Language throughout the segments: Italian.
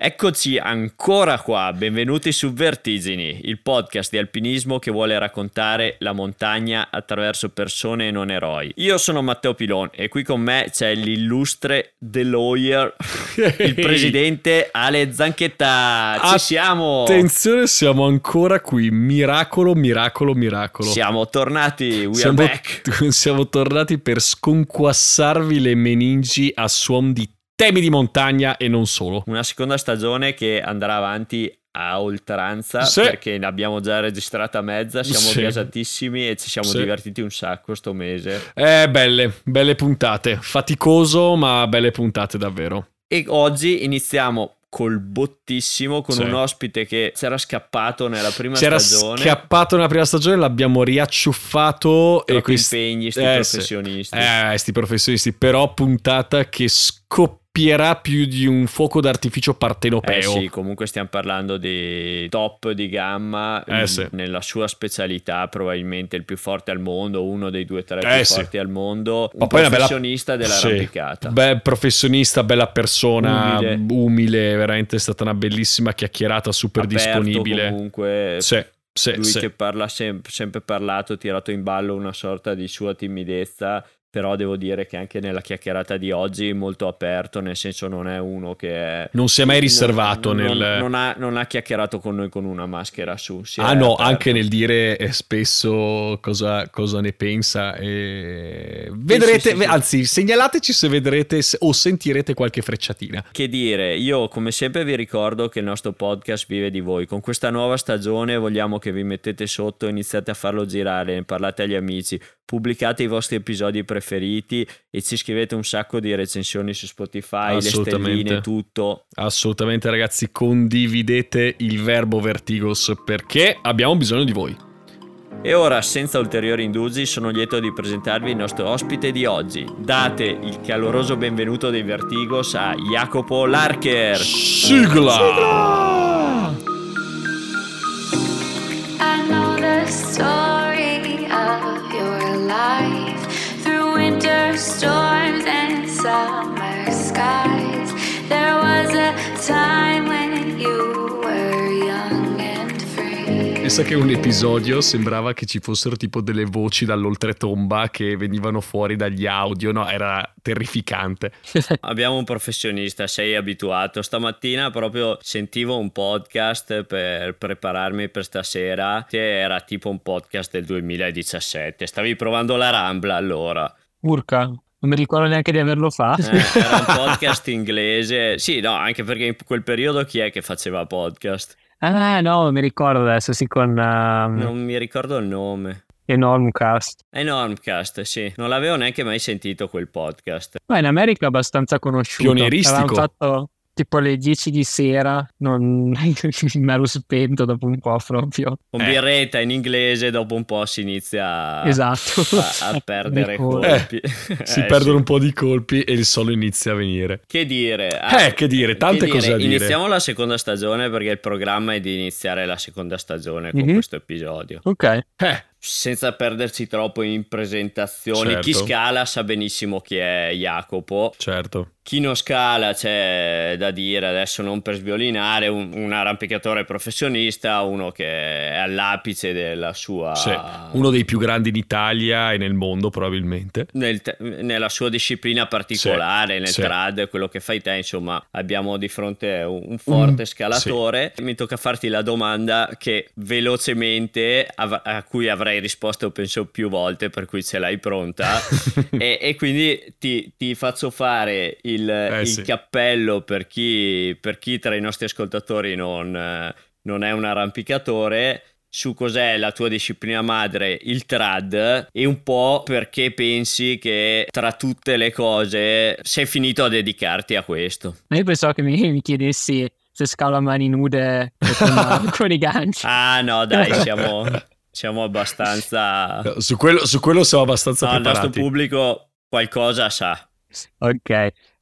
Eccoci ancora qua, benvenuti su Vertigini, il podcast di alpinismo che vuole raccontare la montagna attraverso persone e non eroi. Io sono Matteo Pilon e qui con me c'è l'illustre The Lawyer, il presidente Ale Zanchetta. Ci siamo! Attenzione, siamo ancora qui, miracolo. Siamo tornati, we are back. Siamo tornati per sconquassarvi le meningi a suon di temi di montagna e non solo. Una seconda stagione che andrà avanti a oltranza, sì, perché ne abbiamo già registrata mezza, siamo gasatissimi e ci siamo divertiti un sacco sto mese. Belle puntate, faticoso ma belle puntate davvero. E oggi iniziamo col bottissimo con un ospite che c'era scappato nella prima stagione. L'abbiamo riacciuffato. Troppi impegni, sti professionisti. Però puntata che scoppierà più di un fuoco d'artificio partenopeo. Sì, comunque stiamo parlando di top di gamma, nella sua specialità, probabilmente il più forte al mondo, uno dei 2 o 3 più forti al mondo, un professionista dell'arrampicata. Professionista, bella persona, umile, veramente è stata una bellissima chiacchierata, super aperto, disponibile. Comunque lui che parla sempre parlato, tirato in ballo una sorta di sua timidezza. Però devo dire che anche nella chiacchierata di oggi molto aperto, nel senso non è uno che non si è mai riservato non ha chiacchierato con noi con una maschera su. Anche nel dire spesso cosa ne pensa e vedrete, anzi segnalateci se vedrete o sentirete qualche frecciatina. Che dire, io come sempre vi ricordo che il nostro podcast vive di voi. Con questa nuova stagione vogliamo che vi mettete sotto, iniziate a farlo girare, ne parlate agli amici, pubblicate i vostri episodi preferiti e ci scrivete un sacco di recensioni su Spotify, le stelline, tutto. Assolutamente ragazzi, condividete il verbo Vertigos perché abbiamo bisogno di voi. E ora, senza ulteriori indugi, sono lieto di presentarvi il nostro ospite di oggi. Date il caloroso benvenuto dei Vertigos a Jacopo Larcher. Sigla! I know the story of your life. Winter storms and summer skies. There was a time when you were young and free. Pensa che un episodio sembrava che ci fossero tipo delle voci dall'oltretomba che venivano fuori dagli audio, no? Era terrificante. Abbiamo un professionista, sei abituato. Stamattina proprio sentivo un podcast per prepararmi per stasera, che era tipo un podcast del 2017. Stavi provando la Rambla allora. Urca, non mi ricordo neanche di averlo fatto. Era un podcast inglese. Sì, no, anche perché in quel periodo chi è che faceva podcast? No, mi ricordo adesso, sì, con... Non mi ricordo il nome. Enormcast, sì. Non l'avevo neanche mai sentito quel podcast. Ma in America è abbastanza conosciuto. Pionieristico. Avevamo fatto tipo alle 10 di sera, non mi ero spento dopo un po' proprio. Con birretta in inglese dopo un po' si inizia a perdere colpi. Si perdono un po' di colpi e il solo inizia a venire. Che dire? Tante cose da dire. Iniziamo la seconda stagione perché il programma è di iniziare la seconda stagione con questo episodio. Ok. Senza perderci troppo in presentazioni. Chi scala sa benissimo chi è Jacopo. Certo. Chi non scala c'è da dire, adesso non per sviolinare, un arrampicatore professionista, uno che è all'apice della sua... uno dei più grandi in Italia e nel mondo probabilmente. Nella sua disciplina particolare, nel trad, quello che fai te, insomma, abbiamo di fronte un forte scalatore. Mi tocca farti la domanda che velocemente, a cui avrai risposto penso più volte, per cui ce l'hai pronta, e quindi ti faccio fare il cappello per chi tra i nostri ascoltatori non è un arrampicatore, su cos'è la tua disciplina madre, il trad, e un po' perché pensi che tra tutte le cose sei finito a dedicarti a questo. Io pensavo che mi chiedessi se scalo a mani nude con i ganci. Ah no, dai, siamo abbastanza... Su quello siamo abbastanza preparati. Il nostro pubblico qualcosa sa. Ok.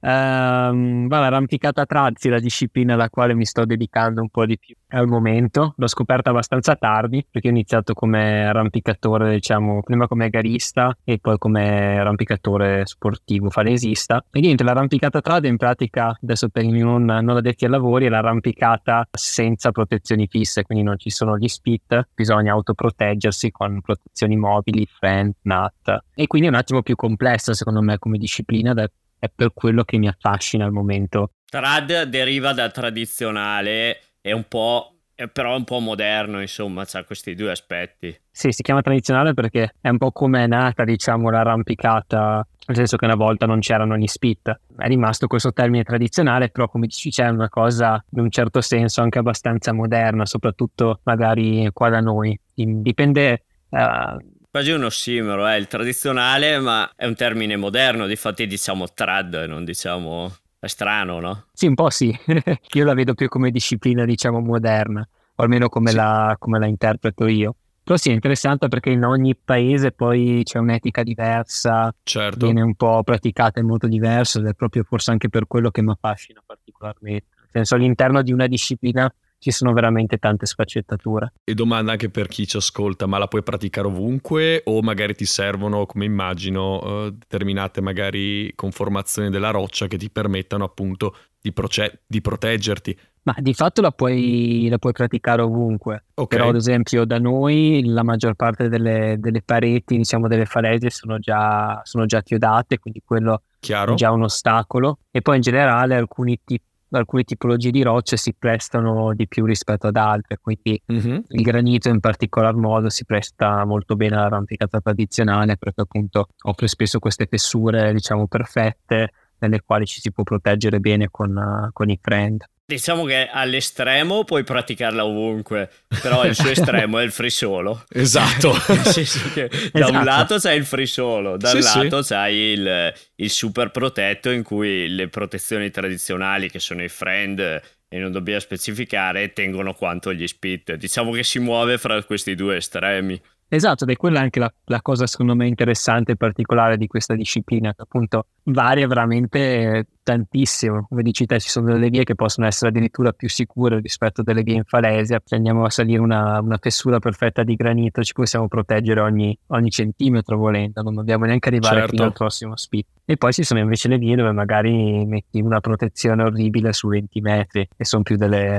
L'arrampicata trad è la disciplina alla quale mi sto dedicando un po' di più al momento. L'ho scoperta abbastanza tardi, perché ho iniziato come arrampicatore, diciamo, prima come garista e poi come arrampicatore sportivo falesista. E niente, l'arrampicata trad in pratica, adesso per i non addetti ai lavori, è l'arrampicata senza protezioni fisse, quindi non ci sono gli spit, bisogna autoproteggersi con protezioni mobili, friend, nut, e quindi è un attimo più complessa secondo me come disciplina, è per quello che mi affascina al momento. Trad deriva da tradizionale, però è un po' moderno, insomma, c'ha questi due aspetti. Sì, si chiama tradizionale perché è un po' come è nata, diciamo, l'arrampicata, nel senso che una volta non c'erano gli spit. È rimasto questo termine tradizionale, però come dici c'è una cosa in un certo senso anche abbastanza moderna, soprattutto magari qua da noi. Dipende... Quasi un ossimoro, il tradizionale, ma è un termine moderno, difatti diciamo trad, non diciamo... È strano, no? Sì, un po' sì. Io la vedo più come disciplina, diciamo, moderna, o almeno come la interpreto io. Però sì, è interessante perché in ogni paese poi c'è un'etica diversa, certo, viene un po' praticata in modo diverso ed è proprio forse anche per quello che mi affascina particolarmente. Nel senso, all'interno di una disciplina ci sono veramente tante sfaccettature. E domanda anche per chi ci ascolta, ma la puoi praticare ovunque o magari ti servono, come immagino, determinate magari conformazioni della roccia che ti permettano appunto di proteggerti? Ma di fatto la puoi praticare ovunque. Okay. Però ad esempio da noi la maggior parte delle pareti, diciamo delle falesi sono già chiodate, quindi quello Chiaro. È già un ostacolo. E poi in generale alcune tipologie di rocce si prestano di più rispetto ad altre, quindi il granito in particolar modo si presta molto bene all'arrampicata tradizionale perché appunto offre spesso queste fessure, diciamo, perfette nelle quali ci si può proteggere bene con i friend. Diciamo che all'estremo puoi praticarla ovunque, però il suo estremo è il free solo. Esatto. Nel senso che da un lato c'hai il free solo, dal lato c'hai il super protetto in cui le protezioni tradizionali, che sono i friend e non dobbiamo specificare, tengono quanto gli spit. Diciamo che si muove fra questi due estremi. Esatto, ed è quella anche la cosa secondo me interessante e particolare di questa disciplina, che appunto varia veramente tantissimo. Come dici te, ci sono delle vie che possono essere addirittura più sicure rispetto a delle vie in falesia. Se andiamo a salire una fessura perfetta di granito, ci possiamo proteggere ogni centimetro volendo, non dobbiamo neanche arrivare fino al prossimo spit. E poi ci sono invece le vie dove magari metti una protezione orribile su 20 metri e sono più delle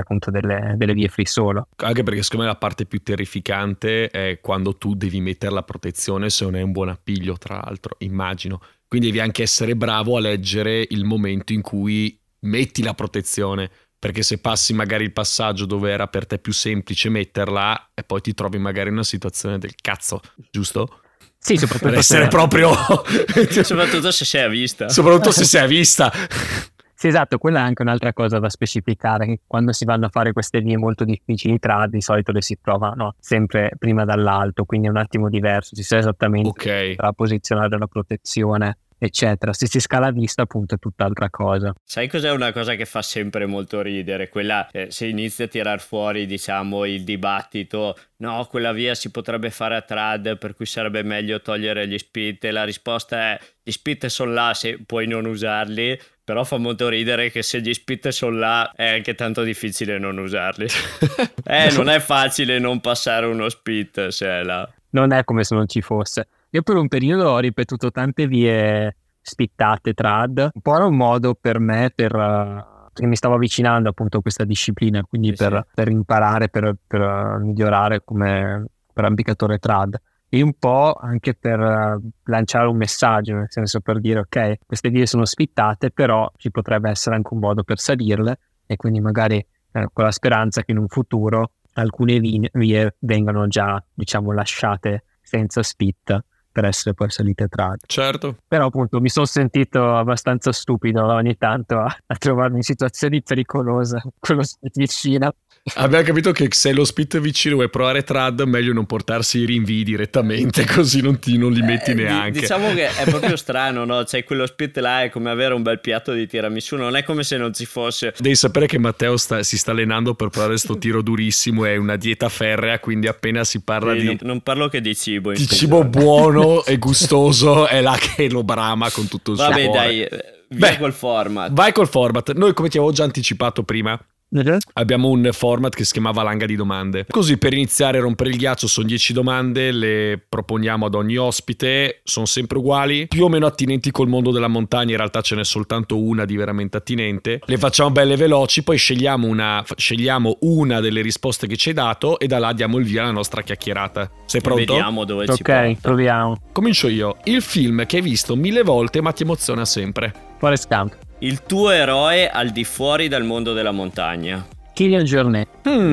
vie free solo. Anche perché secondo me la parte più terrificante è quando tu devi mettere la protezione se non è un buon appiglio, tra l'altro, immagino. Quindi devi anche essere bravo a leggere il momento in cui metti la protezione, perché se passi magari il passaggio dove era per te più semplice metterla e poi ti trovi magari in una situazione del cazzo, giusto? Sì, soprattutto per essere proprio soprattutto se sei a vista. Soprattutto se sei a vista. Sì, esatto, quella è anche un'altra cosa da specificare, che quando si vanno a fare queste vie molto difficili di solito le si trovano sempre prima dall'alto, quindi è un attimo diverso, si sa esattamente la posizionare della protezione, eccetera. Se si scala a vista, appunto, è tutt'altra cosa. Sai cos'è una cosa che fa sempre molto ridere? Quella, se inizia a tirar fuori, diciamo, il dibattito, no, quella via si potrebbe fare a trad, per cui sarebbe meglio togliere gli spit, e la risposta è: gli spit sono là, se puoi non usarli. Però fa molto ridere che se gli spit sono là è anche tanto difficile non usarli. Non è facile non passare uno spit se è là. Non è come se non ci fosse. Io per un periodo ho ripetuto tante vie spittate trad. Un po' era un modo per me perché mi stavo avvicinando appunto a questa disciplina, quindi per imparare, per migliorare come arrampicatore trad. E un po' anche per lanciare un messaggio, nel senso per dire ok, queste vie sono spittate, però ci potrebbe essere anche un modo per salirle, e quindi magari con la speranza che in un futuro alcune vie vengano già, diciamo, lasciate senza spit per essere poi salite trad. Certo. Però appunto mi sono sentito abbastanza stupido ogni tanto a trovarmi in situazioni pericolose con lo spit vicino. Abbiamo capito che se lo split vicino vuoi provare trad, meglio non portarsi i rinvii direttamente, così non li metti neanche. Diciamo che è proprio strano, no? C'è quello split là, è come avere un bel piatto di tiramisù, non è come se non ci fosse. Devi sapere che Matteo si sta allenando per provare sto tiro durissimo, è una dieta ferrea, quindi appena si parla di... Non parlo che di cibo. Di cibo buono e gustoso, è là che lo brama con tutto il suo cuore. Vabbè dai, via col format. Vai col format. Noi, come ti avevo già anticipato prima, abbiamo un format che si chiama Valanga di domande. Così, per iniziare a rompere il ghiaccio, sono 10 domande, le proponiamo ad ogni ospite, sono sempre uguali, più o meno attinenti col mondo della montagna. In realtà ce n'è soltanto una di veramente attinente. Le facciamo belle veloci, poi scegliamo una delle risposte che ci hai dato e da là diamo il via alla nostra chiacchierata. Sei pronto? Vediamo dove ci porta. Ok, proviamo. Comincio io. Il film che hai visto 1000 volte ma ti emoziona sempre. Forrest Gump. Il tuo eroe al di fuori dal mondo della montagna. Kylian Jornet.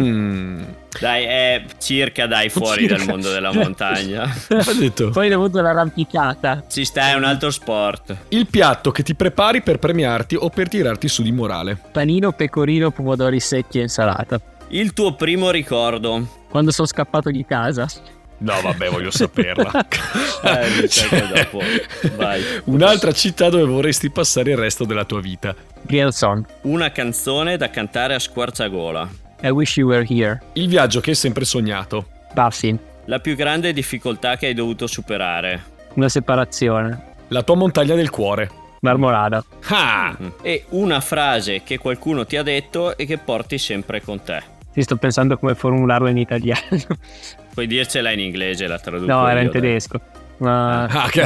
Dai, è circa fuori dal mondo della montagna. Ha detto. Poi ho avuto l'arrampicata. Ci sta, è un altro sport. Il piatto che ti prepari per premiarti o per tirarti su di morale. Panino, pecorino, pomodori secchi e insalata. Il tuo primo ricordo. Quando sono scappato di casa. No, vabbè, voglio saperla. Mi sa che dopo. Vai. Un'altra città dove vorresti passare il resto della tua vita. Briançon. Una canzone da cantare a squarciagola. I Wish You Were Here. Il viaggio che hai sempre sognato. Baffin. La più grande difficoltà che hai dovuto superare. Una separazione. La tua montagna del cuore. Marmorada. Ah! E una frase che qualcuno ti ha detto e che porti sempre con te. Sì, sto pensando come formularlo in italiano. Puoi dircela in inglese, la traduco. No, era in io, tedesco. Ma...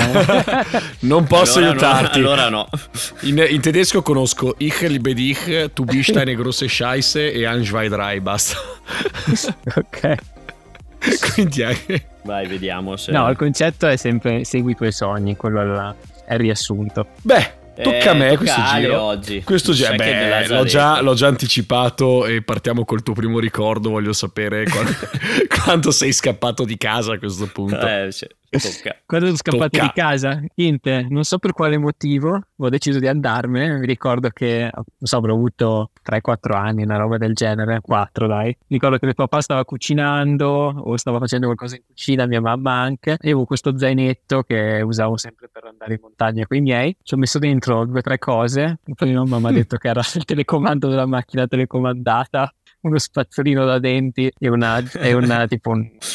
Non posso aiutarti. Allora no. In tedesco conosco Ich liebe dich, du bist eine große Scheiße e ein, zwei, drei, basta. Ok. Quindi anche... Vai, vediamo se... No, il concetto è sempre segui i tuoi sogni, quello è il riassunto. Beh, tocca a me questo giro. Oggi. Questo giro, l'ho già anticipato e partiamo col tuo primo ricordo. Voglio sapere quanto sei scappato di casa a questo punto. Tocca. Quando sono scappato di casa, niente, non so per quale motivo, ho deciso di andarmene. Mi ricordo che, non so, avrò avuto 3-4 anni, una roba del genere, 4 dai. Mi ricordo che mio papà stava cucinando o stava facendo qualcosa in cucina, mia mamma anche, e avevo questo zainetto che usavo sempre per andare in montagna con i miei. Ci ho messo dentro 2-3 cose, e poi mia mamma mi ha detto che era il telecomando della macchina telecomandata, uno spazzolino da denti e una tipo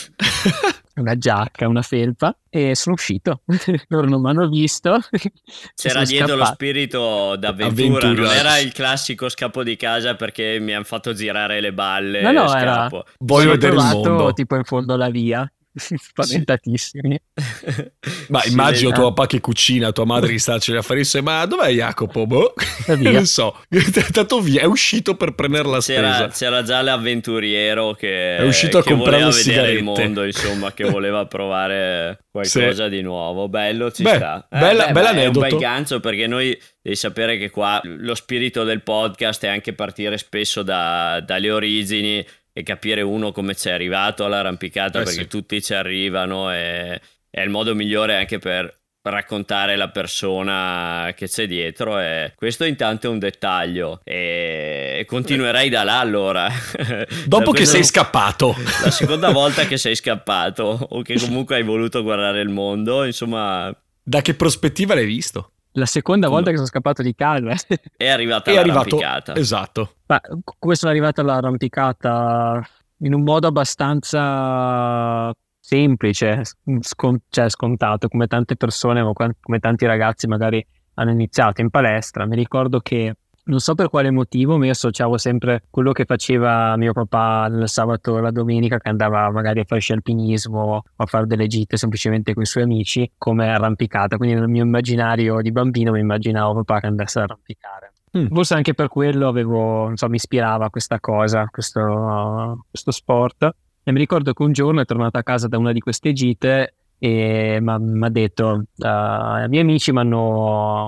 una giacca, una felpa, e sono uscito. Loro non mi hanno visto. C'era dietro lo spirito d'avventura. Non era il classico scappo di casa perché mi hanno fatto girare le balle. No, scappo. era voglio vedere il mondo, tipo in fondo alla via. Spaventatissimi. Ma immagino tuo papà che cucina, tua madre che sta a fare isso, ma dov'è Jacopo? Boh, non so, è andato via, è uscito per prendere la spesa. C'era già l'avventuriero che è uscito a comprare voleva sigarette. vedere il mondo, insomma, che voleva provare qualcosa di nuovo. Bello, ci sta. Bell'aneddoto. È un bel gancio, perché noi devi sapere che qua lo spirito del podcast è anche partire spesso dalle origini e capire uno come ci è arrivato all'arrampicata, perché tutti ci arrivano, e è il modo migliore anche per raccontare la persona che c'è dietro. E questo intanto è un dettaglio, e continuerai da là allora. Dopo che sei scappato, la seconda volta che sei scappato o che comunque hai voluto guardare il mondo, insomma. Da che prospettiva l'hai visto? La seconda volta che sono scappato di casa. È arrivata l'arrampicata. Esatto. Ma come sono arrivato all'arrampicata? In un modo abbastanza semplice, scontato, come tante persone o come tanti ragazzi magari hanno iniziato in palestra. Mi ricordo che non so per quale motivo mi associavo sempre quello che faceva mio papà il sabato e la domenica, che andava magari a fare sci alpinismo o a fare delle gite semplicemente con i suoi amici, come arrampicata. Quindi nel mio immaginario di bambino mi immaginavo papà che andasse ad arrampicare. Forse anche per quello mi ispirava questa cosa, questo sport. E mi ricordo che un giorno è tornato a casa da una di queste gite e mi ha detto: i miei amici mi hanno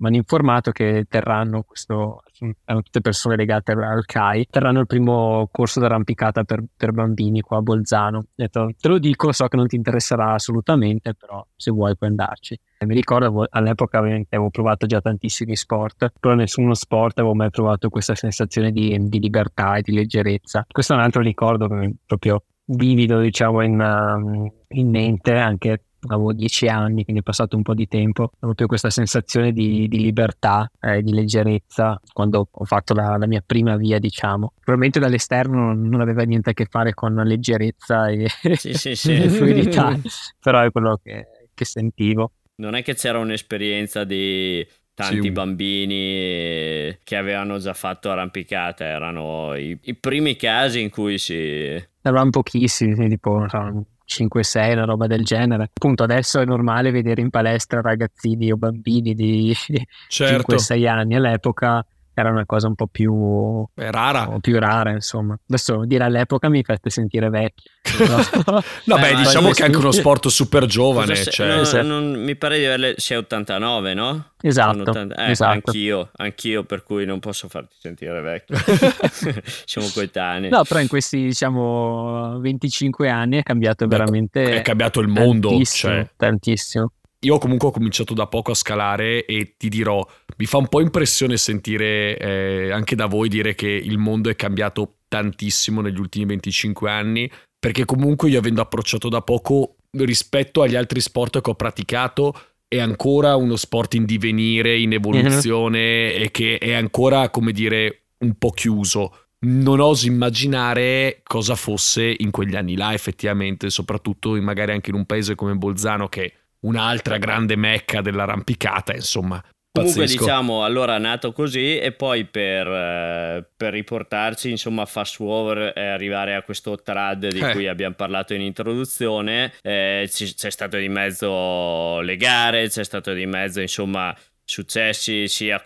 hanno informato che terranno erano tutte persone legate al CAI, terranno il primo corso d'arrampicata per bambini qua a Bolzano. Ho detto, te lo dico, so che non ti interesserà assolutamente, però se vuoi puoi andarci. E mi ricordo all'epoca ovviamente avevo provato già tantissimi sport, però nessuno sport avevo mai provato questa sensazione di libertà e di leggerezza. Questo è un altro ricordo proprio vivido, diciamo, in mente, anche avevo 10 anni, quindi è passato un po' di tempo, proprio questa sensazione di libertà e di leggerezza quando ho fatto la mia prima via, diciamo. Probabilmente dall'esterno non aveva niente a che fare con leggerezza e, e fluidità, però è quello che sentivo. Non è che c'era un'esperienza di tanti bambini che avevano già fatto arrampicata, erano i primi casi in cui erano pochissimi, tipo 5-6, una roba del genere. Appunto adesso è normale vedere in palestra ragazzini o bambini di 5-6 anni, all'epoca era una cosa un po' più rara, insomma. Adesso dire all'epoca mi fa sentire vecchio. No, diciamo che è anche uno sport super giovane. Mi pare di averle 6,89, no? Esatto, esatto. Anch'io, per cui non posso farti sentire vecchio. Siamo coetanei. No, però in questi, diciamo, 25 anni è cambiato veramente. È cambiato il mondo, tantissimo. Io comunque ho cominciato da poco a scalare e ti dirò, mi fa un po' impressione sentire anche da voi dire che il mondo è cambiato tantissimo negli ultimi 25 anni, perché comunque io, avendo approcciato da poco rispetto agli altri sport che ho praticato, è ancora uno sport in divenire, in evoluzione e che è ancora, come dire, un po' chiuso. Non oso immaginare cosa fosse in quegli anni là effettivamente, soprattutto magari anche in un paese come Bolzano, che è un'altra grande mecca dell'arrampicata, insomma. Comunque Pazzesco. diciamo, allora nato così e poi per riportarci, insomma, fast forward e arrivare a questo trad di cui abbiamo parlato in introduzione, c'è stato di mezzo le gare, c'è stato di mezzo, insomma, successi sia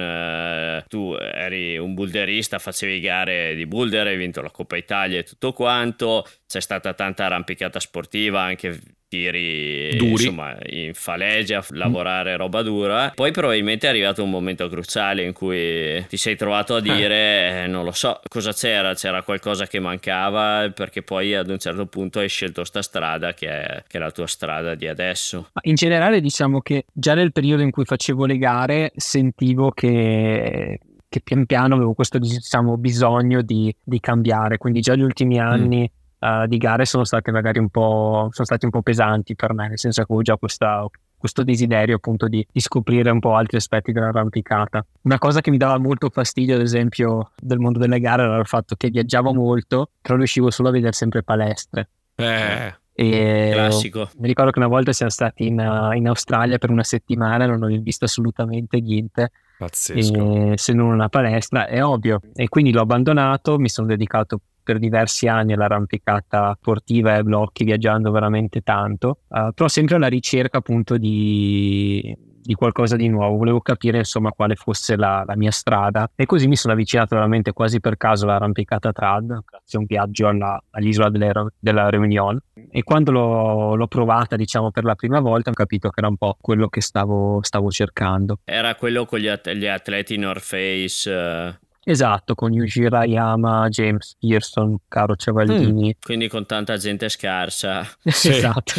con tu eri un boulderista, facevi gare di boulder, hai vinto la Coppa Italia e tutto quanto, c'è stata tanta arrampicata sportiva, anche tiri duri, insomma, in falegia, lavorare roba dura. Poi probabilmente è arrivato un momento cruciale in cui ti sei trovato a dire non lo so cosa c'era qualcosa che mancava, perché poi ad un certo punto hai scelto sta strada che è la tua strada di adesso. In generale diciamo che già nel periodo in cui facevo le gare sentivo che pian piano avevo questo, diciamo, bisogno di cambiare, quindi già gli ultimi anni di gare sono stati un po' pesanti per me, nel senso che avevo già questo desiderio appunto di scoprire un po' altri aspetti dell'arrampicata. Una cosa che mi dava molto fastidio, ad esempio, del mondo delle gare era il fatto che viaggiavo molto, però riuscivo solo a vedere sempre palestre. E classico. Mi ricordo che una volta siamo stati in Australia per una settimana, non ho visto assolutamente niente. Pazzesco. Se non una palestra, è ovvio, e quindi l'ho abbandonato, mi sono dedicato per diversi anni all'arrampicata sportiva e ai blocchi, viaggiando veramente tanto, però sempre alla ricerca appunto di qualcosa di nuovo. Volevo capire insomma quale fosse la mia strada, e così mi sono avvicinato veramente quasi per caso all'arrampicata trad, grazie a un viaggio all'isola della Réunion, e quando l'ho provata, diciamo, per la prima volta, ho capito che era un po' quello che stavo cercando. Era quello con gli atleti North Face. Esatto, con Yuji Rayama, James Pearson, Caro Cevaldini. Quindi con tanta gente scarsa. Esatto.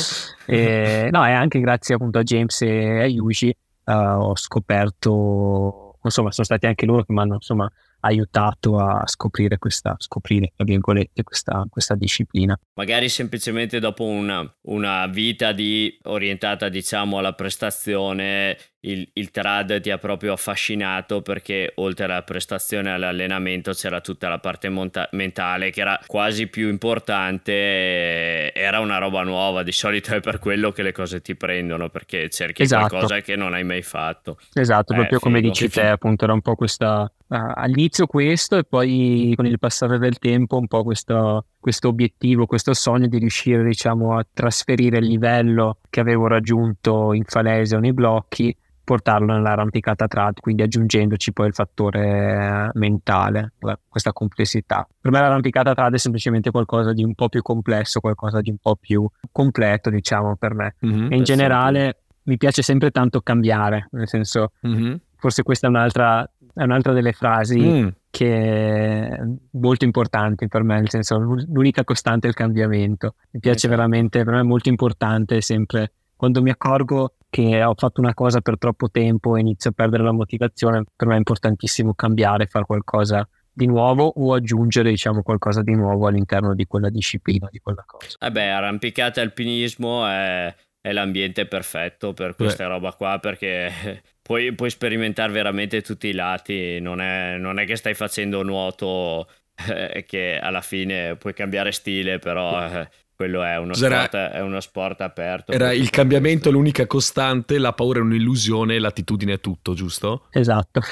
No, e anche grazie appunto a James e a Yuji ho scoperto, insomma, sono stati anche loro che mi hanno, insomma, aiutato a scoprire tra virgolette questa disciplina. Magari semplicemente dopo una vita orientata, diciamo, alla prestazione, il trad ti ha proprio affascinato, perché oltre alla prestazione e all'allenamento c'era tutta la parte mentale che era quasi più importante, era una roba nuova. Di solito è per quello che le cose ti prendono, perché cerchi qualcosa che non hai mai fatto. Esatto, proprio come dici te, appunto, era un po' questa all'inizio questo, e poi con il passare del tempo un po' questo obiettivo, questo sogno di riuscire, diciamo, a trasferire il livello che avevo raggiunto in falesia o nei blocchi, portarlo nell'arrampicata trad, quindi aggiungendoci poi il fattore mentale, questa complessità. Per me l'arrampicata trad è semplicemente qualcosa di un po' più complesso, qualcosa di un po' più completo, diciamo, per me. E in generale mi piace sempre tanto cambiare, nel senso, forse questa è un'altra delle frasi che è molto importante per me, nel senso, l'unica costante è il cambiamento. Mi piace veramente, per me è molto importante sempre, quando mi accorgo che ho fatto una cosa per troppo tempo e inizio a perdere la motivazione, per me è importantissimo cambiare, fare qualcosa di nuovo o aggiungere, diciamo, qualcosa di nuovo all'interno di quella disciplina, di quella cosa. Arrampicata e alpinismo è l'ambiente perfetto per questa roba qua, perché puoi sperimentare veramente tutti i lati, non è che stai facendo nuoto che alla fine puoi cambiare stile, però quello è uno sport aperto. Era il cambiamento è l'unica costante, la paura è un'illusione, l'attitudine è tutto, giusto? Esatto.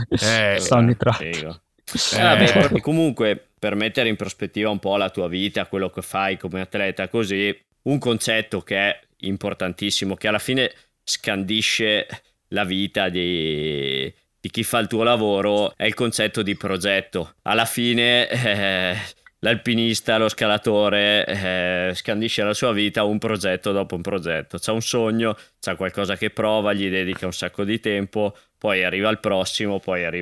Comunque, per mettere in prospettiva un po' la tua vita, quello che fai come atleta, così, un concetto che è importantissimo, che alla fine scandisce la vita di chi fa il tuo lavoro, è il concetto di progetto. Alla fine l'alpinista, lo scalatore scandisce la sua vita un progetto dopo un progetto. C'ha un sogno, c'ha qualcosa che prova, gli dedica un sacco di tempo, poi arriva il prossimo.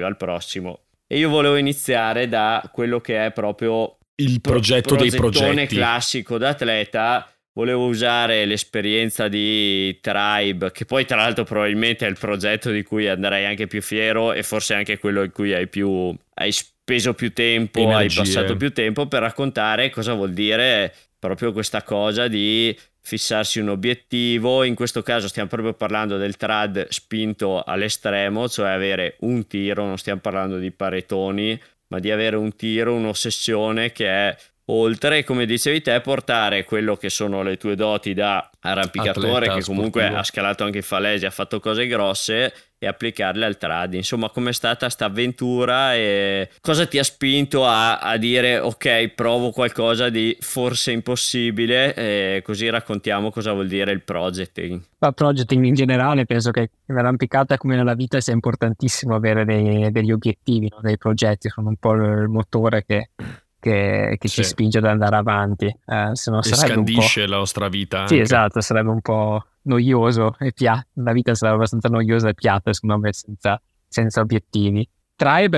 E io volevo iniziare da quello che è proprio il progetto dei progetti classico da atleta. Volevo usare l'esperienza di Tribe, che poi tra l'altro probabilmente è il progetto di cui andrei anche più fiero e forse anche quello in cui hai speso più tempo, energie. Hai passato più tempo, per raccontare cosa vuol dire proprio questa cosa di fissarsi un obiettivo. In questo caso stiamo proprio parlando del trad spinto all'estremo, cioè avere un tiro, non stiamo parlando di paretoni, ma di avere un tiro, un'ossessione che è, oltre, come dicevi te, portare quello che sono le tue doti da arrampicatore, atleta, che comunque sportivo, ha scalato anche i falesi, ha fatto cose grosse, e applicarle al trad. Insomma, com'è stata sta avventura e cosa ti ha spinto a dire ok, provo qualcosa di forse impossibile, e così raccontiamo cosa vuol dire il progetting. Progetting in generale, penso che nell'arrampicata come nella vita sia importantissimo avere degli obiettivi, no? Dei progetti, sono un po' il motore che ci spinge ad andare avanti, se no sarebbe scandisce un po'... la nostra vita anche. Sì, esatto, sarebbe un po' noioso e piatto, la vita sarebbe abbastanza noiosa e piatta secondo me senza obiettivi. Tribe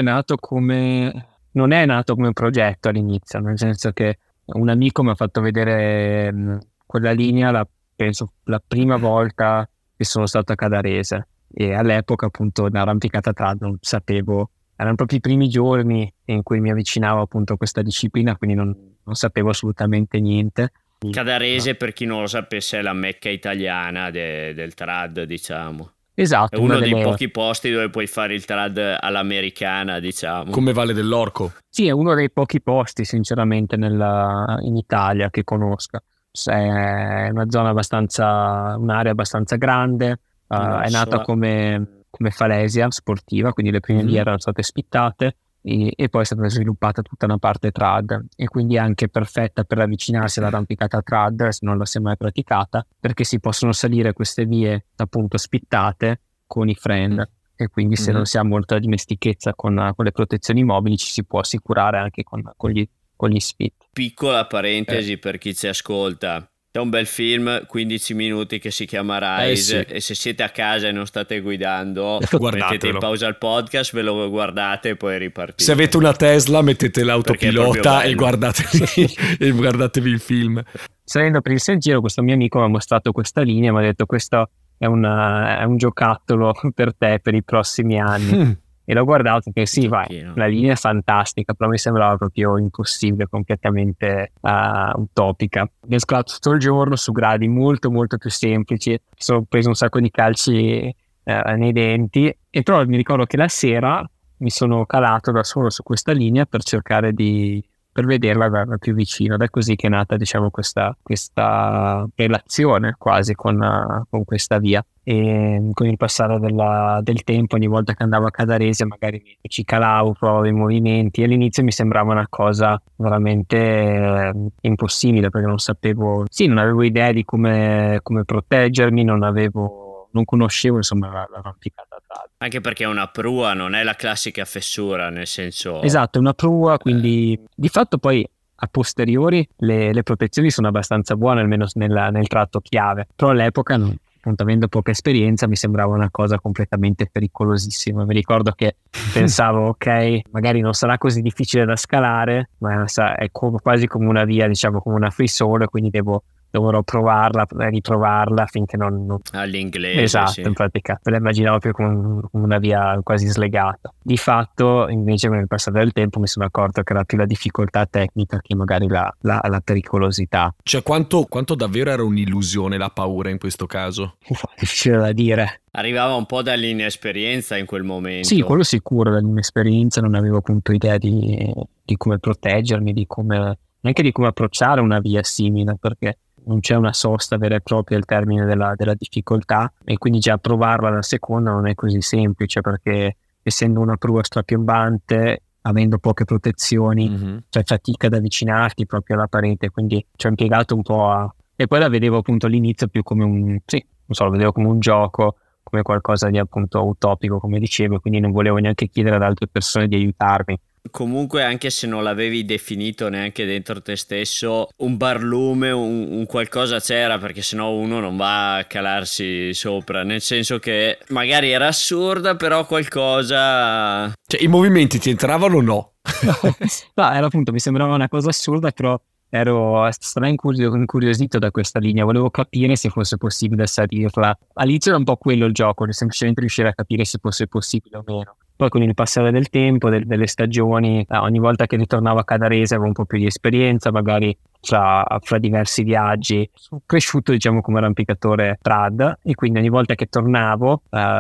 non è nato come progetto all'inizio, nel senso che un amico mi ha fatto vedere quella linea, penso la prima volta che sono stato a Cadarese, e all'epoca appunto l'arrampicata trad non sapevo. Erano proprio i primi giorni in cui mi avvicinavo appunto a questa disciplina, quindi non sapevo assolutamente niente. Cadarese, per chi non lo sapesse, è la mecca italiana del trad, diciamo. Esatto. È uno dei pochi posti dove puoi fare il trad all'americana, diciamo. Come Valle dell'Orco. Sì, è uno dei pochi posti, sinceramente, in Italia che conosca. È una zona un'area abbastanza grande, è nata come falesia sportiva, quindi le prime vie erano state spittate e poi è stata sviluppata tutta una parte trad, e quindi è anche perfetta per avvicinarsi all'arrampicata trad se non la si è mai praticata, perché si possono salire queste vie appunto spittate con i friend, e quindi se non si ha molta dimestichezza con le protezioni mobili ci si può assicurare anche con gli spit. Piccola parentesi per chi ci ascolta. C'è un bel film, 15 minuti, che si chiama Rise, e se siete a casa e non state guidando, mettete in pausa il podcast, ve lo guardate e poi ripartite. Se avete una Tesla mettete l'autopilota e guardatevi il film. Salendo per il sentiero, questo mio amico mi ha mostrato questa linea e mi ha detto: questo è un giocattolo per te per i prossimi anni. E l'ho guardato, che sì, la linea è fantastica, però mi sembrava proprio impossibile, completamente utopica. Abbiamo scalato tutto il giorno su gradi molto molto più semplici, sono preso un sacco di calci nei denti, e però mi ricordo che la sera mi sono calato da solo su questa linea per cercare per vederla da più vicino, ed è così che è nata, diciamo, questa relazione quasi con questa via. E con il passare del tempo, ogni volta che andavo a Cadarese magari ci calavo, provavo i movimenti, e all'inizio mi sembrava una cosa veramente impossibile, perché non avevo idea di come proteggermi, non conoscevo insomma l'arrampicata trad. Anche perché è una prua, non è la classica fessura, nel senso... Esatto, è una prua, quindi di fatto poi a posteriori le protezioni sono abbastanza buone, almeno nel tratto chiave, però all'epoca appunto avendo poca esperienza mi sembrava una cosa completamente pericolosissima. Mi ricordo che pensavo ok, magari non sarà così difficile da scalare, ma è quasi come una via, diciamo come una free solo, quindi dovrò provarla, riprovarla finché non... All'inglese, esatto, sì. In pratica me la immaginavo più come una via quasi slegata. Di fatto invece con il passare del tempo mi sono accorto che era più la difficoltà tecnica che magari la pericolosità. Cioè quanto davvero era un'illusione la paura in questo caso? Difficile da dire. Arrivava un po' dall'inesperienza in quel momento. Sì, quello sicuro, dall'inesperienza non avevo appunto idea di come proteggermi, neanche di come approcciare una via simile, perché non c'è una sosta vera e propria al termine della difficoltà, e quindi già provarla alla seconda non è così semplice, perché essendo una prua strapiombante, avendo poche protezioni, c'è fatica ad avvicinarti proprio alla parete, quindi ci ho impiegato un po' e poi la vedevo appunto all'inizio più come la vedevo come un gioco, come qualcosa di appunto utopico, come dicevo, quindi non volevo neanche chiedere ad altre persone di aiutarmi. Comunque, anche se non l'avevi definito neanche dentro te stesso, un barlume, un qualcosa c'era, perché sennò uno non va a calarsi sopra, nel senso che magari era assurda, però qualcosa... Cioè i movimenti ti entravano o no? No, era appunto, mi sembrava una cosa assurda, però ero incuriosito da questa linea, volevo capire se fosse possibile salirla. All'inizio era un po' quello il gioco, semplicemente riuscire a capire se fosse possibile o meno. Poi con il passare del tempo, delle stagioni, ogni volta che ritornavo a Cadarese avevo un po' più di esperienza, magari fra diversi viaggi. Sono cresciuto, diciamo, come arrampicatore trad, e quindi ogni volta che tornavo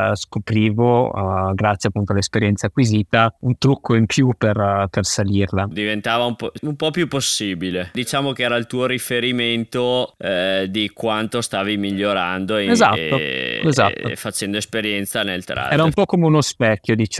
scoprivo, grazie appunto all'esperienza acquisita, un trucco in più per salirla. Diventava un po' più possibile. Diciamo che era il tuo riferimento di quanto stavi migliorando Esatto. e facendo esperienza nel trad. Era un po' come uno specchio, diciamo.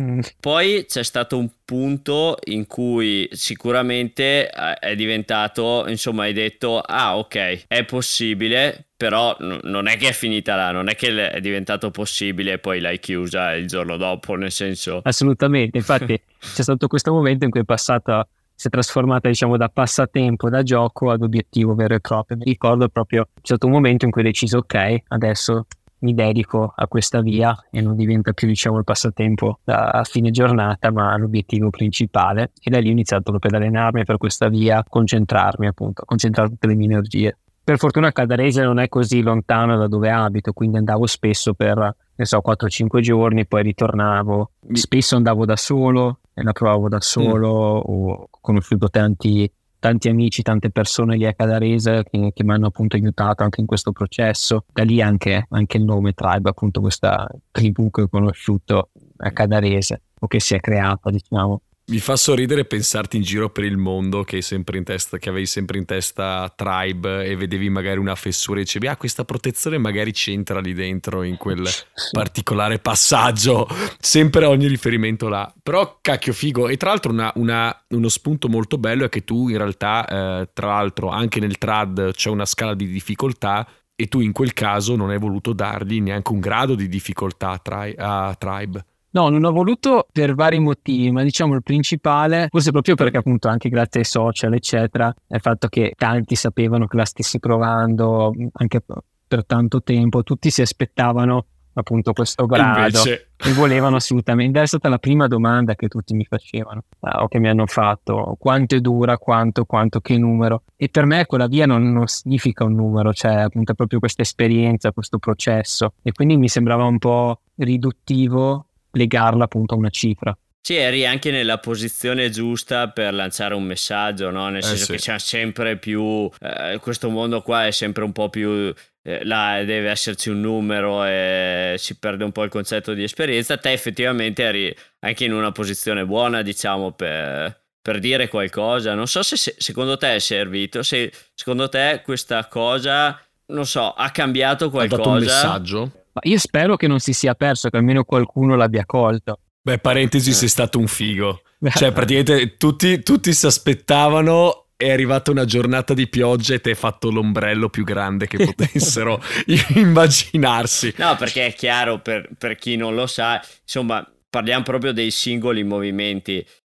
Poi c'è stato un punto in cui sicuramente è diventato, insomma, hai detto ok, è possibile, però non è che è finita là, non è che è diventato possibile e poi l'hai chiusa il giorno dopo, nel senso... Assolutamente, infatti c'è stato questo momento in cui si è trasformata, diciamo, da passatempo, da gioco ad obiettivo vero e proprio. Mi ricordo proprio c'è stato un momento in cui ho deciso ok, adesso mi dedico a questa via e non diventa più, diciamo, il passatempo a fine giornata, ma l'obiettivo principale, e da lì ho iniziato proprio ad allenarmi per questa via, concentrare tutte le mie energie. Per fortuna Cadarese non è così lontano da dove abito, quindi andavo spesso per 4-5 giorni, poi ritornavo. Spesso andavo da solo e la provavo da solo, ho conosciuto tanti amici, tante persone lì a Cadarese che mi hanno appunto aiutato anche in questo processo. Da lì anche il nome Tribe, appunto questa tribù che ho conosciuto a Cadarese, o che si è creata, diciamo. Mi fa sorridere pensarti in giro per il mondo che avevi sempre in testa Tribe, e vedevi magari una fessura e dicevi questa protezione magari c'entra lì dentro in quel particolare passaggio, sempre ogni riferimento là. Però cacchio figo. E tra l'altro uno spunto molto bello è che tu in realtà tra l'altro anche nel trad c'è una scala di difficoltà, e tu in quel caso non hai voluto dargli neanche un grado di difficoltà a Tribe. No, non ho voluto per vari motivi, ma diciamo il principale, forse proprio perché appunto anche grazie ai social eccetera, è il fatto che tanti sapevano che la stessi provando anche per tanto tempo, tutti si aspettavano appunto questo grado e volevano assolutamente. È stata la prima domanda che tutti mi facevano o che mi hanno fatto: quanto è dura, quanto, che numero. E per me quella via non significa un numero, cioè appunto proprio questa esperienza, questo processo, e quindi mi sembrava un po' riduttivo legarla appunto a una cifra. Sì, eri anche nella posizione giusta per lanciare un messaggio, no? Nel senso che c'è sempre più questo mondo qua è sempre un po' più là deve esserci un numero e si perde un po' il concetto di esperienza. Te effettivamente eri anche in una posizione buona, diciamo, per dire qualcosa. Non so se secondo te è servito, se secondo te questa cosa, non so, ha cambiato qualcosa. Ha dato un messaggio? Ma io spero che non si sia perso, che almeno qualcuno l'abbia colto. Beh, parentesi, sei stato un figo. Cioè, praticamente tutti si aspettavano, è arrivata una giornata di pioggia e ti hai fatto l'ombrello più grande che potessero immaginarsi. No, perché è chiaro, per chi non lo sa, insomma, parliamo proprio dei singoli movimenti.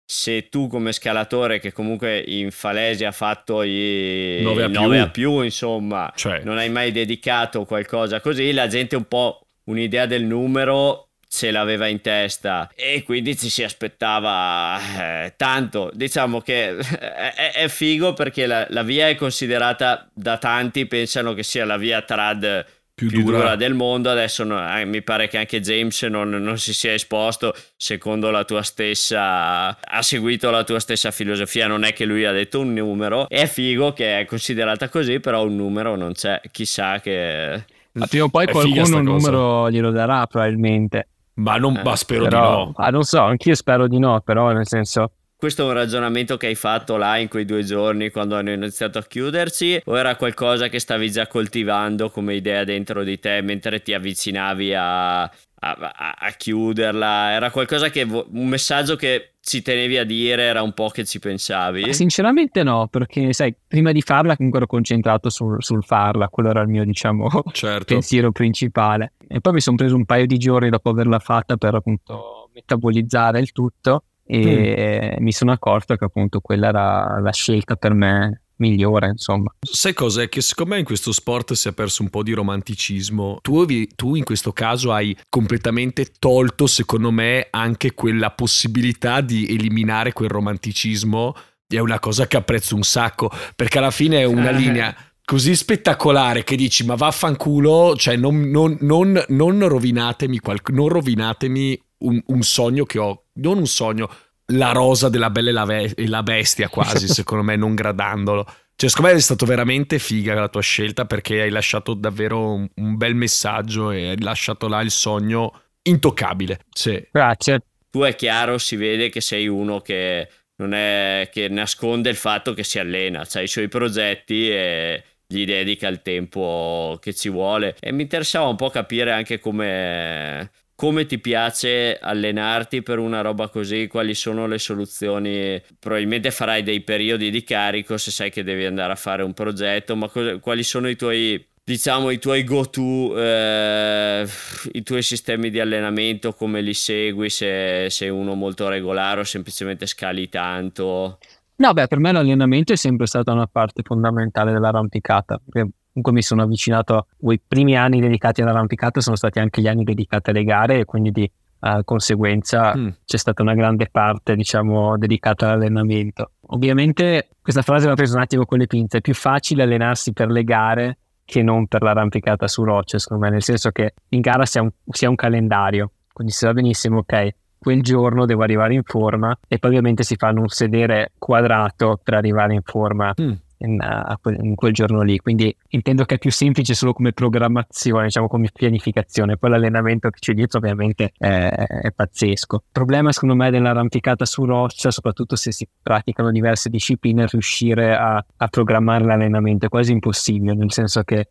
se tu come scalatore che comunque in Falesia ha fatto i 9 a più, insomma, cioè, non hai mai dedicato qualcosa così, la gente un po' un'idea del numero ce l'aveva in testa e quindi ci si aspettava tanto. Diciamo che è figo perché la via è considerata da tanti, pensano che sia la via trad più dura del mondo. Adesso mi pare che anche James non si sia esposto secondo la tua stessa, ha seguito la tua stessa filosofia, non è che lui ha detto un numero. È figo che è considerata così, però un numero non c'è, chissà che prima o poi qualcuno un numero glielo darà probabilmente. Ma spero di no. Non so, anch'io spero di no, però nel senso... Questo è un ragionamento che hai fatto là in quei 2 giorni quando hanno iniziato a chiudersi, o era qualcosa che stavi già coltivando come idea dentro di te mentre ti avvicinavi a chiuderla? Era qualcosa un messaggio che ci tenevi a dire, era un po' che ci pensavi? Ma sinceramente no, perché sai, prima di farla comunque ero concentrato sul farla, quello era il mio, diciamo, pensiero principale. E poi mi sono preso un paio di giorni dopo averla fatta per appunto metabolizzare il tutto e mi sono accorto che appunto quella era la scelta per me migliore, insomma. Sai cos'è? Che secondo me in questo sport si è perso un po' di romanticismo. Tu in questo caso hai completamente tolto, secondo me, anche quella possibilità di eliminare quel romanticismo. È una cosa che apprezzo un sacco, perché alla fine è una linea così spettacolare che dici ma vaffanculo, cioè non rovinatemi non rovinatemi un sogno che ho, non un sogno, la rosa della Bella e la Bestia quasi, secondo me, non gradandolo. Cioè, secondo me è stato veramente figa la tua scelta, perché hai lasciato davvero un bel messaggio e hai lasciato là il sogno intoccabile. Sì. Grazie. Tu è chiaro, si vede che sei uno che non è che nasconde il fatto che si allena, c'ha i suoi progetti e gli dedica il tempo che ci vuole. E mi interessava un po' capire anche come ti piace allenarti per una roba così, quali sono le soluzioni. Probabilmente farai dei periodi di carico se sai che devi andare a fare un progetto, ma quali sono i tuoi go-to, i tuoi sistemi di allenamento, come li segui, se sei uno molto regolare o semplicemente scali tanto? No, per me l'allenamento è sempre stata una parte fondamentale dell'arrampicata, perché comunque mi sono avvicinato, i primi anni dedicati all'arrampicata sono stati anche gli anni dedicati alle gare e quindi di conseguenza c'è stata una grande parte, diciamo, dedicata all'allenamento. Ovviamente questa frase l'ho presa un attimo con le pinze, è più facile allenarsi per le gare che non per l'arrampicata su rocce, secondo me, nel senso che in gara si ha un calendario, quindi si sa benissimo, ok, quel giorno devo arrivare in forma, e poi ovviamente si fanno un sedere quadrato per arrivare in forma in quel giorno lì, quindi intendo che è più semplice solo come programmazione, diciamo, come pianificazione. Poi l'allenamento che c'è dietro ovviamente è pazzesco. Il problema secondo me dell'arrampicata su roccia, soprattutto se si praticano diverse discipline, è riuscire a programmare l'allenamento. È quasi impossibile, nel senso che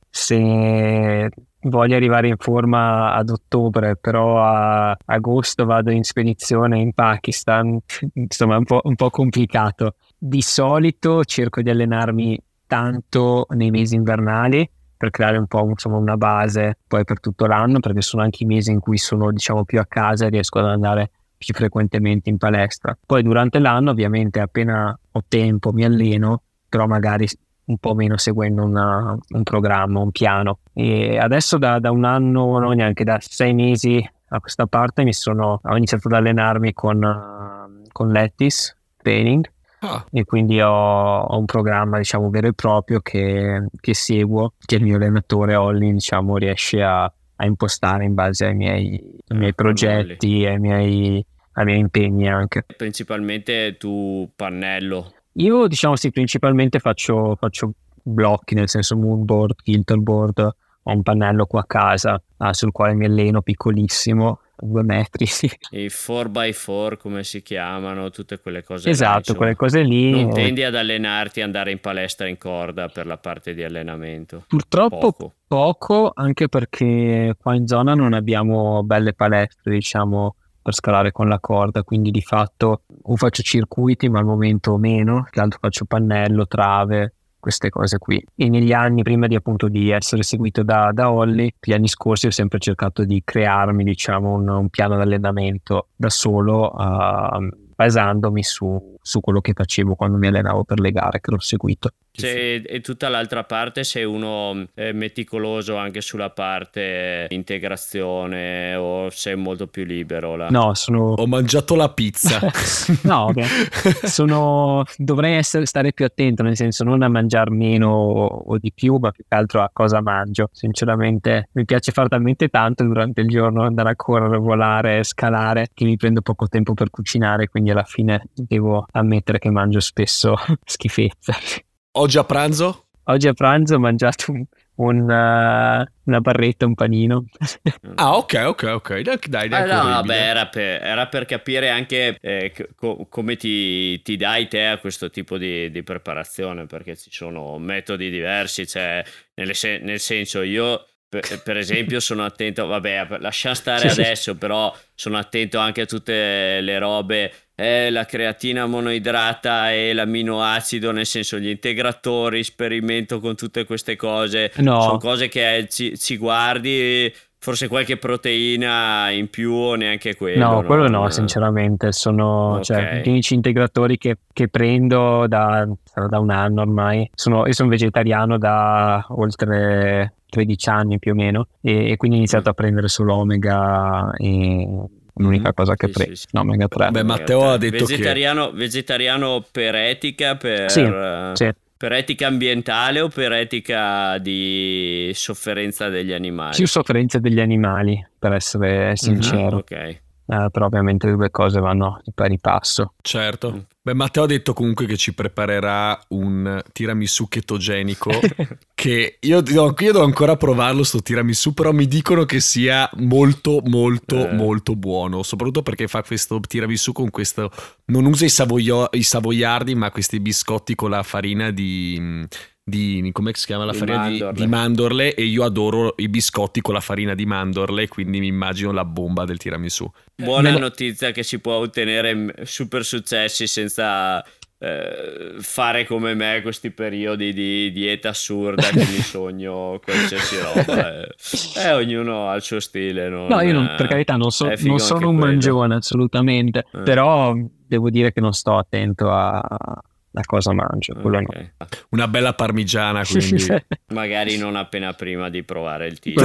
se voglio arrivare in forma ad ottobre, però a agosto vado in spedizione in Pakistan, insomma è un po' complicato. Di solito cerco di allenarmi tanto nei mesi invernali per creare un po' una base poi per tutto l'anno, perché sono anche i mesi in cui sono, diciamo, più a casa e riesco ad andare più frequentemente in palestra. Poi durante l'anno ovviamente appena ho tempo mi alleno, però magari un po' meno seguendo un programma, un piano. E adesso da un anno, no, neanche da 6 mesi a questa parte ho iniziato ad allenarmi con Lettis Training. E quindi ho un programma, diciamo, vero e proprio che seguo, che il mio allenatore Olli, diciamo, riesce a impostare in base ai miei progetti e ai miei impegni anche. Principalmente tu pannello? Io, diciamo, sì, principalmente faccio blocchi, nel senso moonboard, kilterboard. Ho un pannello qua a casa sul quale mi alleno, piccolissimo, 2 metri. Sì. I 4x4 come si chiamano, tutte quelle cose. Esatto, là, quelle cose lì. Non tendi ad allenarti, andare in palestra in corda per la parte di allenamento? Purtroppo poco, anche perché qua in zona non abbiamo belle palestre, diciamo, per scalare con la corda, quindi di fatto o faccio circuiti, ma al momento meno, che altro faccio pannello, trave, queste cose qui. E negli anni, prima di appunto di essere seguito da Olli, gli anni scorsi ho sempre cercato di crearmi, diciamo, un piano di allenamento da solo, basandomi su quello che facevo quando mi allenavo per le gare che l'ho seguito. E tutta l'altra parte, sei uno meticoloso anche sulla parte integrazione o sei molto più libero là? No, ho mangiato la pizza. No, dovrei stare più attento, nel senso non a mangiare meno o di più, ma più che altro a cosa mangio. Sinceramente mi piace fare talmente tanto durante il giorno, andare a correre, volare, scalare, che mi prendo poco tempo per cucinare, quindi alla fine devo ammettere che mangio spesso schifezze. Oggi a pranzo? Oggi a pranzo ho mangiato una barretta, un panino. Ah, ok. Dai, no, vabbè, era per capire anche come ti dai te a questo tipo di preparazione, perché ci sono metodi diversi, cioè nel senso io per esempio sono attento, vabbè, lasciamo stare adesso, però sono attento anche a tutte le robe, la creatina monoidrata e l'aminoacido, nel senso gli integratori, sperimento con tutte queste cose, sono cose che ci guardi, forse qualche proteina in più o neanche quello. No, quello no, sinceramente, sono gli unici integratori che prendo da un anno ormai. Io sono vegetariano da oltre 13 anni più o meno e quindi ho iniziato a prendere solo omega e l'unica cosa che prendo, omega 3. Beh, Matteo ha detto vegetariano per etica, per etica ambientale o per etica di sofferenza degli animali? Più sofferenza degli animali, per essere sincero. Ok. Però ovviamente le due cose vanno di pari passo. Certo. Beh, Matteo ha detto comunque che ci preparerà un tiramisù chetogenico che io devo ancora provarlo sto tiramisù, però mi dicono che sia molto buono, soprattutto perché fa questo tiramisù con questo, non usa i savoiardi, ma questi biscotti con la farina di come si chiama la farina di mandorle, e io adoro i biscotti con la farina di mandorle, quindi mi immagino la bomba del tiramisù. Buona notizia che si può ottenere super successi senza fare come me questi periodi di dieta assurda che mi sogno qualsiasi roba. Ognuno ha il suo stile. Io per carità non sono un mangione assolutamente, però devo dire che non sto attento a cosa mangio, quello no. Una bella parmigiana, quindi magari non appena prima di provare il Tribe.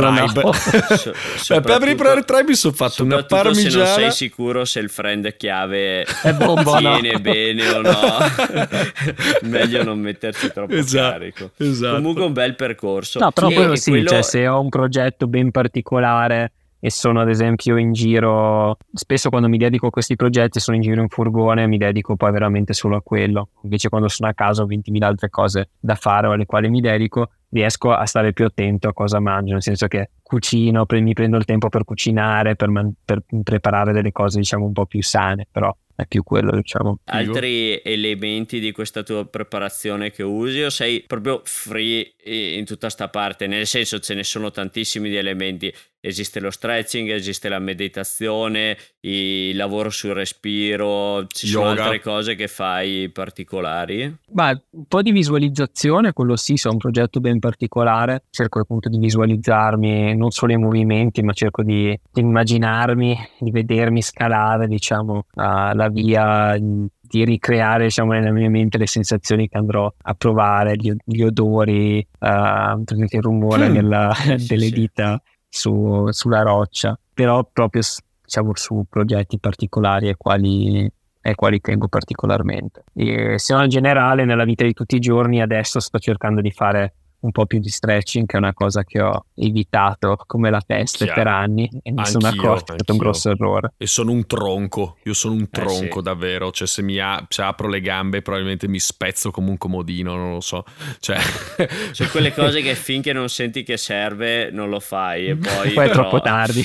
Prima di provare il Tribe mi sono fatto una parmigiana. Se non sei sicuro se il friend chiave tiene bene o no, meglio non metterci troppo carico. Esatto. Comunque un bel percorso. No, però quello sì, cioè, se ho un progetto ben particolare e sono ad esempio in giro, spesso quando mi dedico a questi progetti sono in giro in furgone e mi dedico poi veramente solo a quello. Invece quando sono a casa ho 20.000 altre cose da fare o alle quali mi dedico, riesco a stare più attento a cosa mangio, nel senso che cucino, mi prendo il tempo per cucinare, per preparare delle cose diciamo un po' più sane, però è più quello, diciamo. Altri elementi di questa tua preparazione che usi, o sei proprio free in tutta sta parte? Nel senso, ce ne sono tantissimi di elementi. Esiste lo stretching, esiste la meditazione, il lavoro sul respiro, ci sono altre cose che fai particolari? Beh, un po' di visualizzazione, quello sì, se ho un progetto ben particolare cerco appunto di visualizzarmi non solo i movimenti, ma cerco di immaginarmi, di vedermi scalare diciamo la via, di ricreare diciamo nella mia mente le sensazioni che andrò a provare, gli odori, il rumore delle dita sulla roccia, però proprio diciamo su progetti particolari ai quali tengo particolarmente. E se no in generale nella vita di tutti i giorni adesso sto cercando di fare un po' più di stretching, che è una cosa che ho evitato come la peste per anni e mi sono accorto che è stato un grosso errore. E sono un tronco, io sono un tronco davvero, cioè se apro le gambe probabilmente mi spezzo come un comodino, non lo so, cioè quelle cose che finché non senti che serve non lo fai e poi è troppo tardi.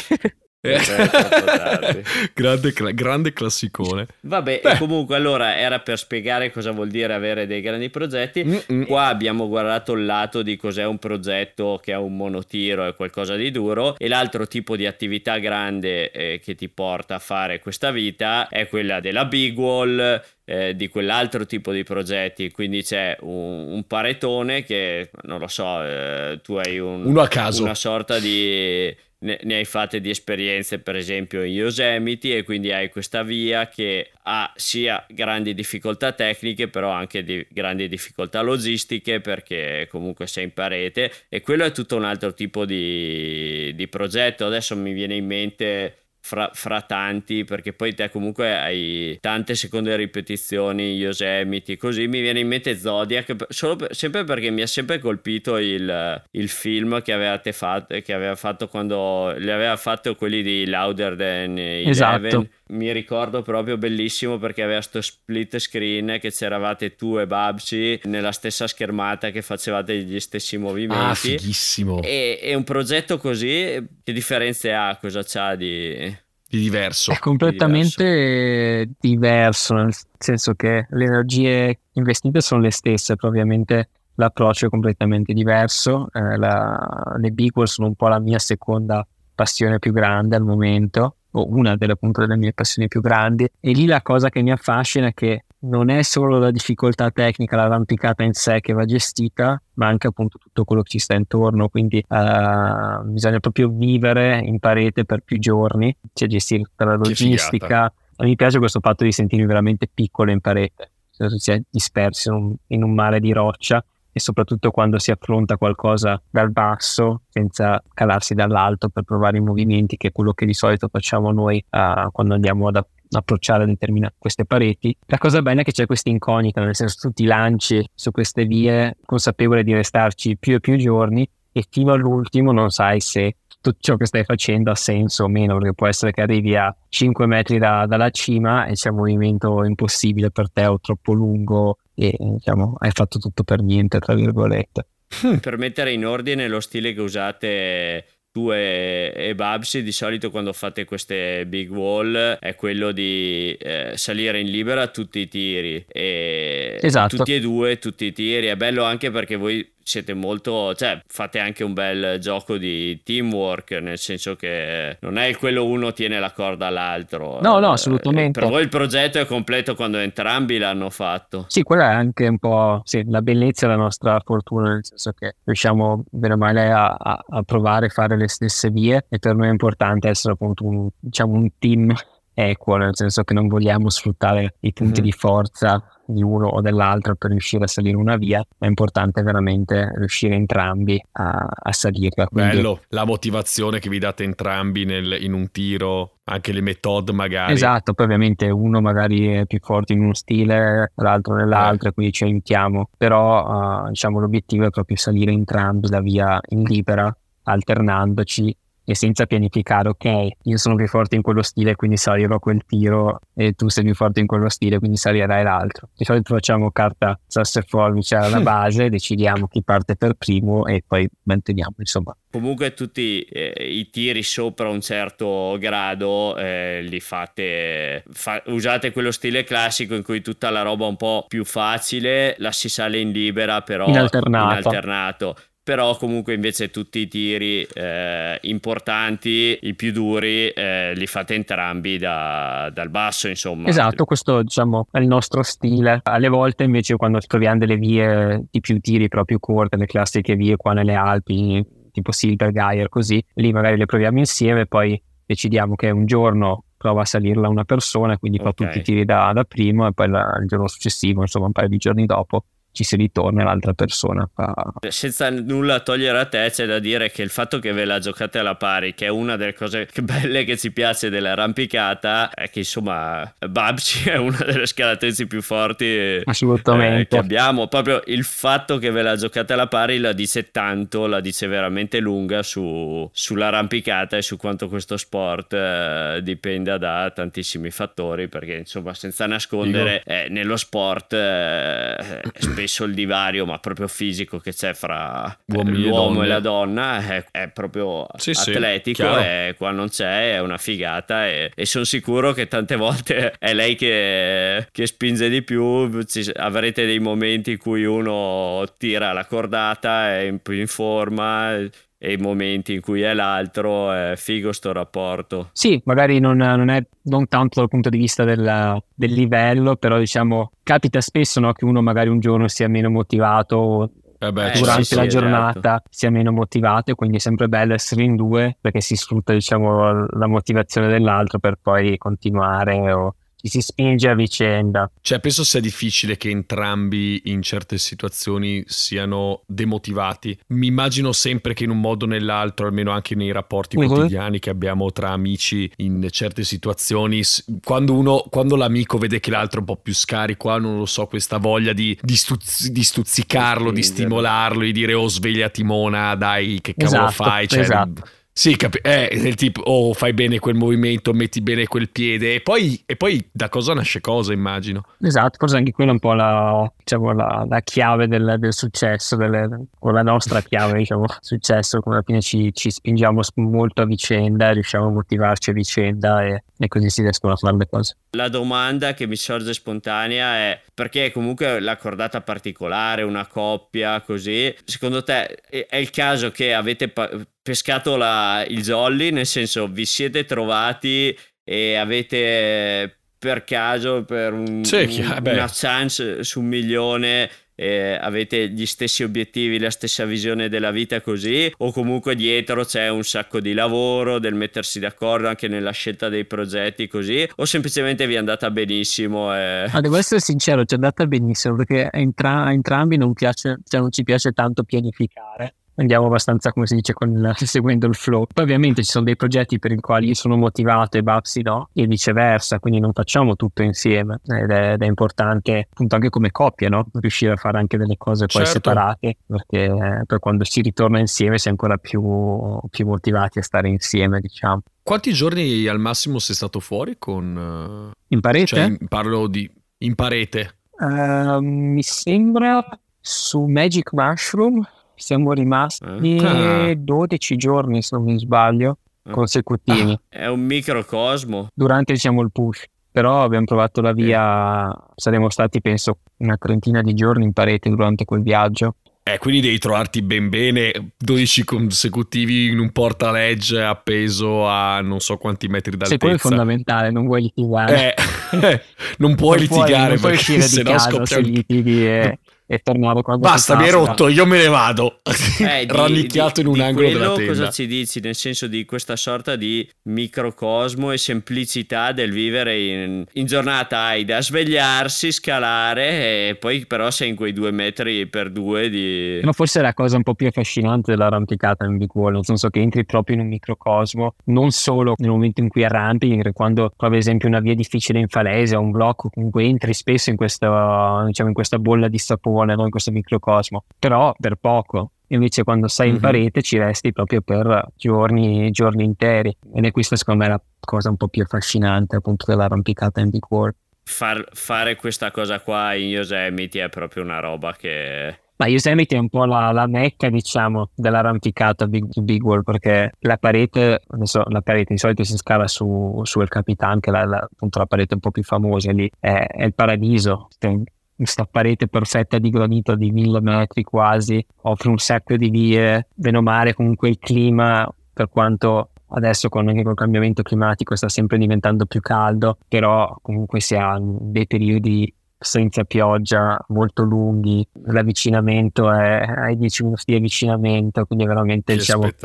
Grande classicone. Vabbè, comunque allora era per spiegare cosa vuol dire avere dei grandi progetti. Qua abbiamo guardato il lato di cos'è un progetto che ha un monotiro e qualcosa di duro, e l'altro tipo di attività grande che ti porta a fare questa vita è quella della big wall, di quell'altro tipo di progetti. Quindi c'è un paretone che non lo so, tu hai uno a caso, una sorta di ne hai fatte di esperienze, per esempio in Yosemite, e quindi hai questa via che ha sia grandi difficoltà tecniche, però anche grandi difficoltà logistiche, perché comunque sei in parete, e quello è tutto un altro tipo di progetto. Adesso mi viene in mente fra tanti, perché poi te comunque hai tante seconde ripetizioni, Yosemite, così mi viene in mente Zodiac, sempre perché mi ha sempre colpito il film che avevate fatto, che aveva fatto quando le aveva fatto quelli di Louder Than Eleven. Esatto. Mi ricordo proprio bellissimo, perché aveva sto split screen che c'eravate tu e Babsi nella stessa schermata, che facevate gli stessi movimenti. Fighissimo. E un progetto così, che differenze ha? Cosa c'ha di diverso? È completamente diverso, nel senso che le energie investite sono le stesse, probabilmente l'approccio è completamente diverso. Le big wall sono un po' la mia seconda passione più grande al momento, o una delle mie passioni più grandi, e lì la cosa che mi affascina è che non è solo la difficoltà tecnica, l'arrampicata in sé che va gestita, ma anche appunto tutto quello che ci sta intorno, quindi bisogna proprio vivere in parete per più giorni, cioè gestire tutta la logistica. Mi piace questo fatto di sentirmi veramente piccolo in parete, si è dispersi in un mare di roccia, e soprattutto quando si affronta qualcosa dal basso senza calarsi dall'alto per provare i movimenti, che è quello che di solito facciamo noi quando andiamo ad approcciare queste pareti. La cosa bella è che c'è questa incognita, nel senso tu ti lanci su queste vie consapevole di restarci più e più giorni, e fino all'ultimo non sai se tutto ciò che stai facendo ha senso o meno, perché può essere che arrivi a 5 metri dalla cima e c'è un movimento impossibile per te o troppo lungo, e diciamo hai fatto tutto per niente, tra virgolette. Per mettere in ordine lo stile che usate tu e Babsi, di solito quando fate queste big wall è quello di salire in libera a tutti i tiri, e esatto. tutti i tiri. È bello anche perché voi siete molto, cioè fate anche un bel gioco di teamwork, nel senso che non è quello uno tiene la corda all'altro. No, assolutamente. Per voi il progetto è completo quando entrambi l'hanno fatto. Sì, quella è anche un po' la bellezza e la nostra fortuna, nel senso che riusciamo bene o male a provare a fare le stesse vie, e per noi è importante essere appunto un team equo, nel senso che non vogliamo sfruttare i punti di forza di uno o dell'altro per riuscire a salire una via, ma è importante veramente riuscire entrambi a salirla. Quindi... Bello, la motivazione che vi date entrambi in un tiro, anche le metode magari. Esatto, poi ovviamente uno magari è più forte in uno stile, l'altro nell'altro, e quindi ci aiutiamo, però diciamo l'obiettivo è proprio salire entrambi la via in libera, alternandoci e senza pianificare, ok, io sono più forte in quello stile quindi salirò quel tiro, e tu sei più forte in quello stile quindi salirai l'altro. Di solito facciamo carta, sasso e forbice alla base, decidiamo chi parte per primo e poi manteniamo, insomma. Comunque tutti i tiri sopra un certo grado li fate, usate quello stile classico in cui tutta la roba un po' più facile la si sale in libera, però in alternato. Però comunque invece tutti i tiri importanti, i più duri, li fate entrambi dal basso, insomma. Esatto, questo diciamo è il nostro stile. Alle volte invece quando troviamo delle vie di più tiri però più corte, le classiche vie qua nelle Alpi tipo Silbergeier, così lì magari le proviamo insieme, poi decidiamo che un giorno prova a salirla una persona, quindi fa tutti i tiri da primo, e poi il giorno successivo, insomma un paio di giorni dopo, ci si ritorna e l'altra persona fa... Senza nulla togliere a te, c'è da dire che il fatto che ve la giocate alla pari, che è una delle cose belle che ci piace dell'arrampicata, è che insomma Babsi è una delle scalatrici più forti assolutamente che abbiamo. Proprio il fatto che ve la giocate alla pari la dice tanto, la dice veramente lunga sull'arrampicata e su quanto questo sport dipenda da tantissimi fattori, perché insomma senza nascondere nello sport spesso il divario, ma proprio fisico, che c'è fra l'uomo e la donna è proprio atletico, e qua non c'è, è una figata, e sono sicuro che tante volte è lei che spinge di più. Avrete dei momenti in cui uno tira la cordata, è più in forma, e i momenti in cui è l'altro. È figo sto rapporto. Sì, magari non tanto dal punto di vista del livello, però diciamo capita spesso, no, che uno magari un giorno sia meno motivato durante la giornata sia meno motivato, quindi è sempre bello essere in due perché si sfrutta, diciamo, la motivazione dell'altro per poi continuare o ci si spinge a vicenda. Cioè, penso sia difficile che entrambi in certe situazioni siano demotivati. Mi immagino sempre che in un modo o nell'altro, almeno anche nei rapporti quotidiani che abbiamo tra amici, in certe situazioni, quando l'amico vede che l'altro è un po' più scarico, non lo so, questa voglia di stuzzicarlo, di stimolarlo, di dire oh svegliati mona, dai, che cavolo fai? Cioè, esatto. Sì, del tipo, oh, fai bene quel movimento, metti bene quel piede, e poi da cosa nasce cosa, immagino. Esatto, forse anche quella è un po' la chiave del successo, o la nostra chiave, diciamo, successo, come alla fine ci spingiamo molto a vicenda, riusciamo a motivarci a vicenda e così si riescono a fare le cose. La domanda che mi sorge spontanea è: perché comunque la cordata particolare, una coppia così, secondo te è il caso che avete pescato il jolly, nel senso vi siete trovati e avete per caso una chance su 1.000.000 avete gli stessi obiettivi, la stessa visione della vita così, o comunque dietro c'è un sacco di lavoro, del mettersi d'accordo anche nella scelta dei progetti così, o semplicemente vi è andata benissimo? Devo essere sincero, ci è andata benissimo perché a entrambi non ci piace tanto pianificare. Andiamo abbastanza, come si dice, seguendo il flow. Poi ovviamente ci sono dei progetti per i quali io sono motivato e Babsi no, e viceversa, quindi non facciamo tutto insieme ed è importante appunto anche come coppia, no? Riuscire a fare anche delle cose poi separate, perché per quando si ritorna insieme si è ancora più motivati a stare insieme, diciamo. Quanti giorni al massimo sei stato fuori con... In parete? Cioè, parlo di... in parete. Mi sembra su Magic Mushroom siamo rimasti 12 giorni, se non mi sbaglio, consecutivi. È un microcosmo. Durante, diciamo, il push. Però abbiamo provato la via, saremo stati penso una trentina di giorni in parete durante quel viaggio. Quindi devi trovarti ben bene 12 consecutivi in un portalegge appeso a non so quanti metri d'altezza. Quello è fondamentale, non vuoi litigare. Non puoi litigare perché se no scoppiamo litighi e tornavo quando basta, mi hai rotto, io me ne vado. Rannicchiato in un angolo della tenda. Cosa ci dici nel senso di questa sorta di microcosmo e semplicità del vivere in giornata? Hai da svegliarsi, scalare e poi però sei in quei 2 metri per 2 di... No, forse è la cosa un po' più affascinante dell'arrampicata in Big Wall, nel senso che entri proprio in un microcosmo, non solo nel momento in cui arrampichi, quando trovi ad esempio una via difficile in falesia o un blocco, comunque entri spesso in questa, diciamo, in questa bolla di sapone, no? In questo microcosmo, però per poco. Invece quando sei in parete ci resti proprio per giorni interi, ed è questa secondo me la cosa un po' più affascinante appunto dell'arrampicata in Big Wall. Fare questa cosa qua in Yosemite è proprio una roba che... Ma Yosemite è un po' la mecca, diciamo, dell'arrampicata Big Wall, perché la parete di solito si scala su El Capitan, che è appunto la parete un po' più famosa, lì è il paradiso. Questa parete perfetta di granito di 1.000 metri quasi, offre un sacco di vie, bene o male comunque il clima, per quanto adesso anche col cambiamento climatico sta sempre diventando più caldo, però comunque si ha dei periodi senza pioggia molto lunghi, l'avvicinamento è ai 10 minuti di avvicinamento, quindi è veramente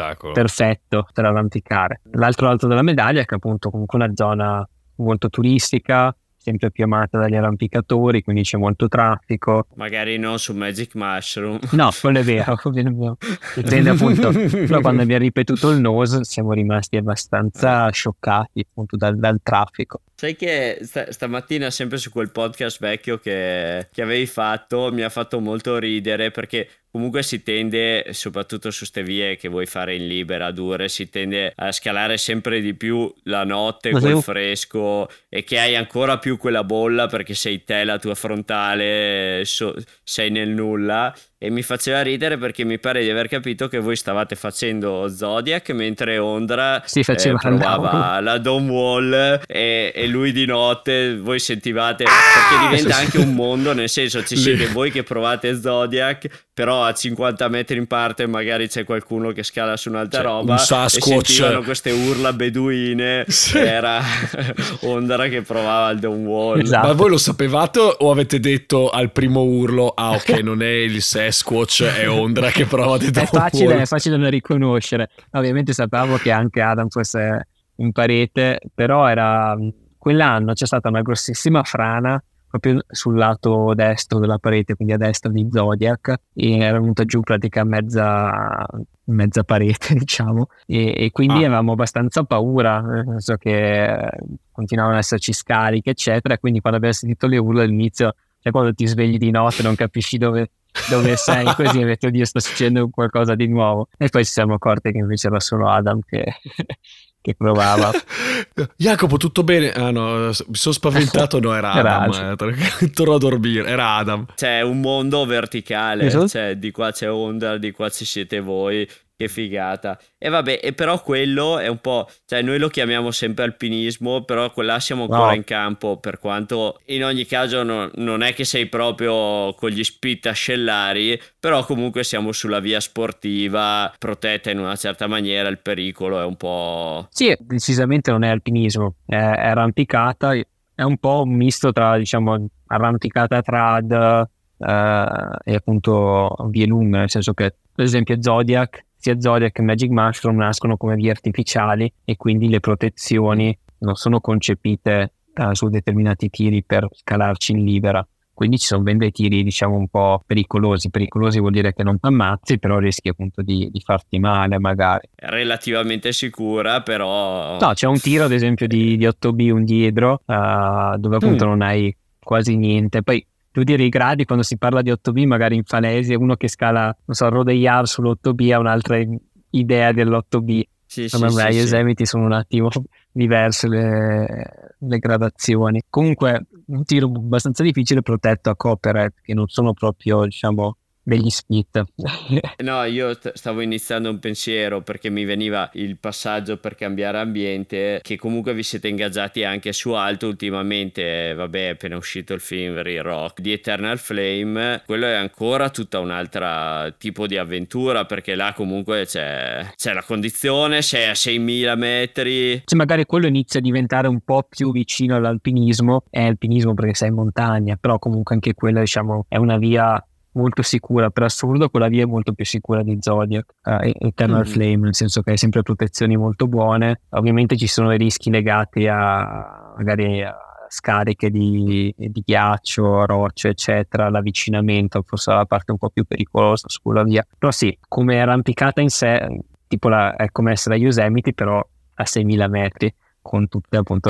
perfetto per arrampicare. L'altro lato della medaglia è che appunto comunque una zona molto turistica, sempre più amata dagli arrampicatori, quindi c'è molto traffico. Magari non su Magic Mushroom. No, quello è vero. Dipende appunto. Però quando abbiamo ripetuto il nose siamo rimasti abbastanza scioccati appunto dal traffico. Sai che stamattina sempre su quel podcast vecchio che avevi fatto mi ha fatto molto ridere, perché comunque si tende, soprattutto su ste vie che vuoi fare in libera, dure, si tende a scalare sempre di più la notte col fresco, e che hai ancora più quella bolla perché sei te, la tua frontale, sei nel nulla. E mi faceva ridere perché mi pare di aver capito che voi stavate facendo Zodiac mentre Ondra provava la Dome Wall e lui di notte voi sentivate, perché diventa anche un mondo, nel senso ci siete voi che provate Zodiac, però a 50 metri in parte magari c'è qualcuno che scala su un'altra roba e sentivano queste urla beduine. Era Ondra che provava il Dome wall. Esatto. Ma voi lo sapevate o avete detto al primo urlo ok, non è il Sasquatch, è Ondra che prova di È facile da riconoscere. Ovviamente sapevamo che anche Adam fosse in parete, però quell'anno c'è stata una grossissima frana proprio sul lato destro della parete, quindi a destra di Zodiac, e era venuta giù praticamente mezza parete, diciamo, e quindi avevamo abbastanza paura, nel senso che continuavano ad esserci scariche, eccetera, e quindi quando abbiamo sentito le urla all'inizio, cioè quando ti svegli di notte non capisci dove sei, così, e metti, oddio, sta succedendo qualcosa di nuovo, e poi ci siamo accorti che invece era solo Adam che provava. Jacopo, tutto bene? Ah no, mi sono spaventato. No, era Adam. Torno a dormire, era Adam. C'è un mondo verticale, cioè di qua c'è Ondra, di qua ci siete voi. Che figata. E vabbè, e però quello è un po', cioè noi lo chiamiamo sempre alpinismo, però là siamo ancora in campo, per quanto in ogni caso non è che sei proprio con gli spit ascellari, però comunque siamo sulla via sportiva, protetta in una certa maniera, il pericolo è un po'... Sì, decisamente non è alpinismo, è arrampicata, è un po' un misto tra, diciamo, arrampicata trad e appunto vie lunghe, nel senso che per esempio sia Zodiac che Magic Mushroom nascono come vie artificiali e quindi le protezioni non sono concepite su determinati tiri per scalarci in libera, quindi ci sono ben dei tiri, diciamo, un po' pericolosi vuol dire che non ti ammazzi, però rischi appunto di farti male magari. È relativamente sicura, però... No, c'è un tiro ad esempio di 8B, un diedro, dove appunto non hai quasi niente, poi devo dire i gradi, quando si parla di 8B magari in Falesia, uno che scala, non so, Rodeyar sull'8B ha un'altra idea dell'8B. Sì, gli Yosemite sono un attimo diverse le gradazioni. Comunque un tiro abbastanza difficile, protetto a copyright, che non sono proprio, diciamo, degli split. No, io stavo iniziando un pensiero, perché mi veniva il passaggio per cambiare ambiente, che comunque vi siete ingaggiati anche su alto ultimamente. Vabbè, è appena uscito il film Rock di Eternal Flame, quello è ancora tutta un'altra tipo di avventura, perché là comunque c'è la condizione, sei a 6.000 metri, cioè magari quello inizia a diventare un po' più vicino all'alpinismo, è alpinismo perché sei in montagna, però comunque anche quella, diciamo, è una via molto sicura. Per assurdo quella via è molto più sicura di Zodiac, Eternal Flame, nel senso che hai sempre protezioni molto buone. Ovviamente ci sono i rischi legati a magari a scariche di ghiaccio, rocce eccetera, l'avvicinamento forse è la parte un po' più pericolosa su quella via, però sì, come arrampicata in sé tipo è come essere a Yosemite però a 6.000 metri con tutte appunto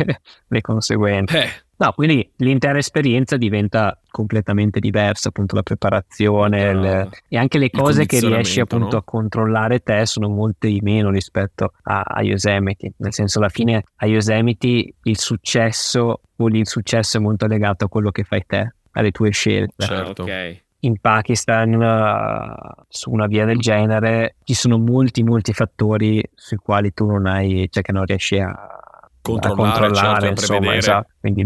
le conseguenze. No, quindi l'intera esperienza diventa completamente diversa, appunto la preparazione e anche le cose che riesci appunto a controllare te sono molte di meno rispetto a Yosemite, nel senso alla fine a Yosemite il successo è molto legato a quello che fai te, alle tue scelte. Certo. Okay. In Pakistan su una via del genere ci sono molti fattori sui quali tu non hai, cioè che non riesci a controllare, certo, insomma, esatto. Quindi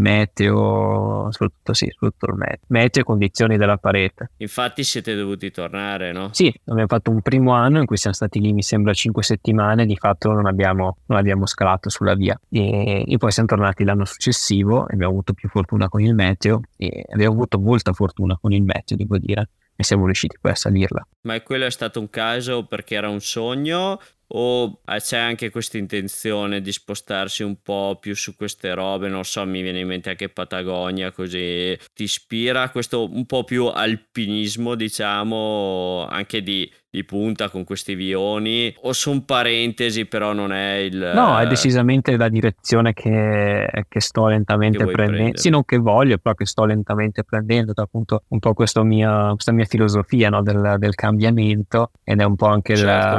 meteo, soprattutto il meteo e condizioni della parete. Infatti siete dovuti tornare, no? Sì, abbiamo fatto un primo anno in cui siamo stati lì, mi sembra 5 settimane, di fatto non abbiamo scalato sulla via e poi siamo tornati l'anno successivo e abbiamo avuto più fortuna con il meteo e abbiamo avuto molta fortuna con il meteo, devo dire, e siamo riusciti poi a salirla. Ma quello è stato un caso perché era un sogno o c'è anche questa intenzione di spostarsi un po' più su queste robe? Non so, mi viene in mente anche Patagonia, così ti ispira questo un po' più alpinismo, diciamo, anche di punta con questi vioni, o sono parentesi però non è il... No, è decisamente la direzione che sto lentamente prendendo. Sì, non che voglio, però che sto lentamente prendendo, appunto un po' questa mia filosofia, no, del cambiamento, ed è un po' anche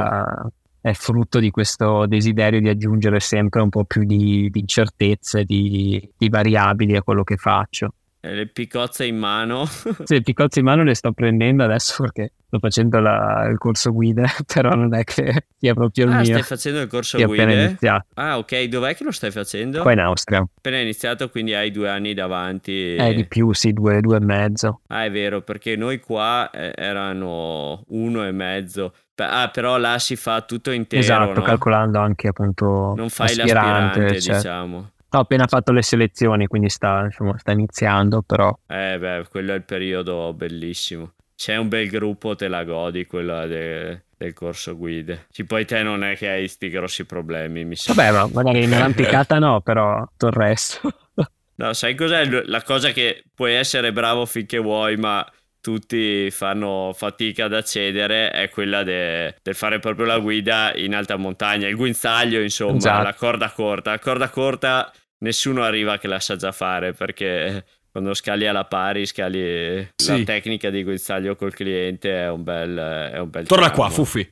è frutto di questo desiderio di aggiungere sempre un po' più di incertezze, di variabili a quello che faccio. Le piccozze in mano. Sì, le piccozze in mano le sto prendendo adesso perché sto facendo il corso guida, però non è che sia proprio il mio. Stai facendo il corso guida? Appena iniziato. Ah, ok, dov'è che lo stai facendo? Qua in Austria. Appena iniziato, quindi hai 2 anni davanti. Di più, sì, 2 e mezzo. Ah, è vero, perché noi qua erano 1 e mezzo. Però là si fa tutto intero, esatto, no? calcolando anche appunto non fai l'aspirante, diciamo. Ho appena fatto le selezioni, quindi sta iniziando, però. Quello è il periodo bellissimo. C'è un bel gruppo, te la godi, quella del corso guide. Poi te non è che hai sti grossi problemi, mi sembra. Vabbè, ma magari in arrampicata no, però tutto il resto. No, sai cos'è la cosa che puoi essere bravo finché vuoi, ma tutti fanno fatica ad accedere, è quella del fare proprio la guida in alta montagna, il guinzaglio, insomma, esatto. La corda corta. La corda corta nessuno arriva che la sa già fare, perché quando scali alla pari, scali la tecnica di guinzaglio col cliente, è un bel Torna tramo. qua, Fuffi.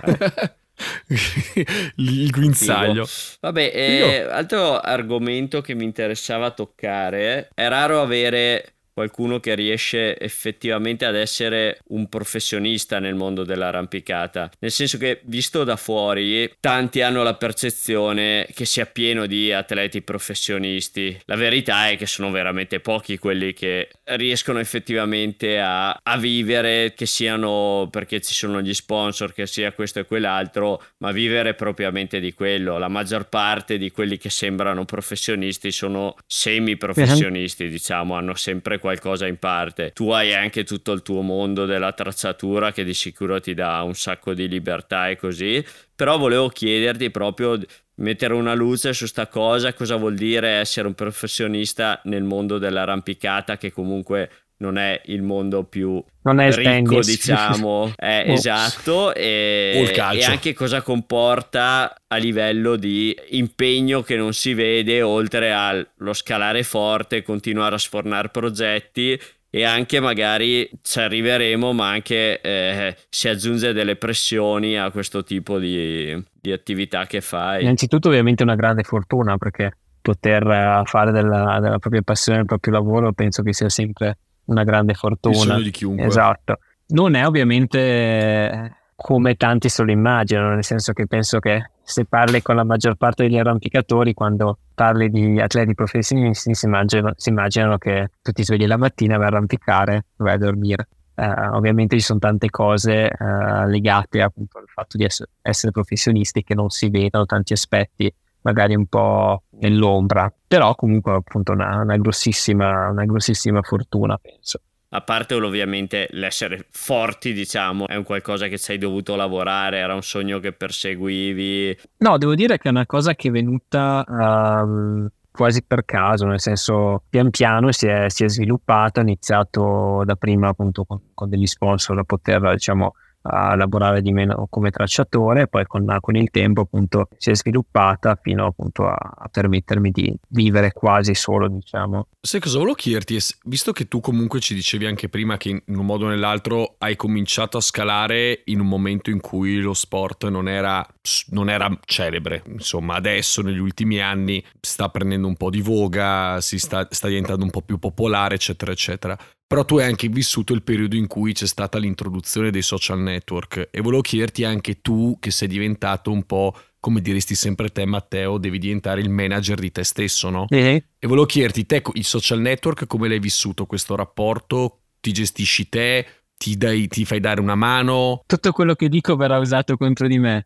Il guinzaglio. Vabbè, altro argomento che mi interessava toccare: è raro avere qualcuno che riesce effettivamente ad essere un professionista nel mondo dell'arrampicata, nel senso che, visto da fuori, tanti hanno la percezione che sia pieno di atleti professionisti. La verità è che sono veramente pochi quelli che riescono effettivamente a vivere, che siano perché ci sono gli sponsor, che sia questo e quell'altro, ma vivere propriamente di quello. La maggior parte di quelli che sembrano professionisti sono semi-professionisti, diciamo, hanno sempre qualcosa in parte. Tu hai anche tutto il tuo mondo della tracciatura, che di sicuro ti dà un sacco di libertà e così, però volevo chiederti proprio, mettere una luce su sta cosa vuol dire essere un professionista nel mondo dell'arrampicata, che comunque non è il mondo più ricco, diciamo. Esatto. E anche cosa comporta a livello di impegno che non si vede, oltre allo scalare forte, continuare a sfornare progetti, e anche magari ci arriveremo, ma anche si aggiunge delle pressioni a questo tipo di attività che fai. Innanzitutto ovviamente una grande fortuna, perché poter fare della propria passione il proprio lavoro penso che sia sempre una grande fortuna. Il sogno di chiunque. Esatto. Non è ovviamente come tanti se lo immaginano, nel senso che penso che se parli con la maggior parte degli arrampicatori, quando parli di atleti professionisti, si immaginano che tu ti svegli la mattina, vai a arrampicare e vai a dormire. Ovviamente ci sono tante cose legate appunto al fatto di essere professionisti che non si vedono, tanti aspetti magari un po' nell'ombra, però comunque appunto una grossissima fortuna, penso. A parte ovviamente l'essere forti, diciamo, è un qualcosa che ci hai dovuto lavorare, era un sogno che perseguivi? No, devo dire che è una cosa che è venuta quasi per caso, nel senso, pian piano si è sviluppata. Ho iniziato da prima appunto con degli sponsor a poter, diciamo, a lavorare di meno come tracciatore, poi con il tempo appunto si è sviluppata fino appunto a permettermi di vivere quasi solo, diciamo. Sai cosa volevo chiederti? Visto che tu comunque ci dicevi anche prima che in un modo o nell'altro hai cominciato a scalare in un momento in cui lo sport non era celebre, insomma adesso negli ultimi anni sta prendendo un po' di voga, sta diventando un po' più popolare, eccetera eccetera. Però tu hai anche vissuto il periodo in cui c'è stata l'introduzione dei social network, e volevo chiederti anche tu, che sei diventato un po', come diresti sempre te Matteo, devi diventare il manager di te stesso, no? E volevo chiederti, te i social network come l'hai vissuto questo rapporto? Ti gestisci te? Ti fai dare una mano? Tutto quello che dico verrà usato contro di me.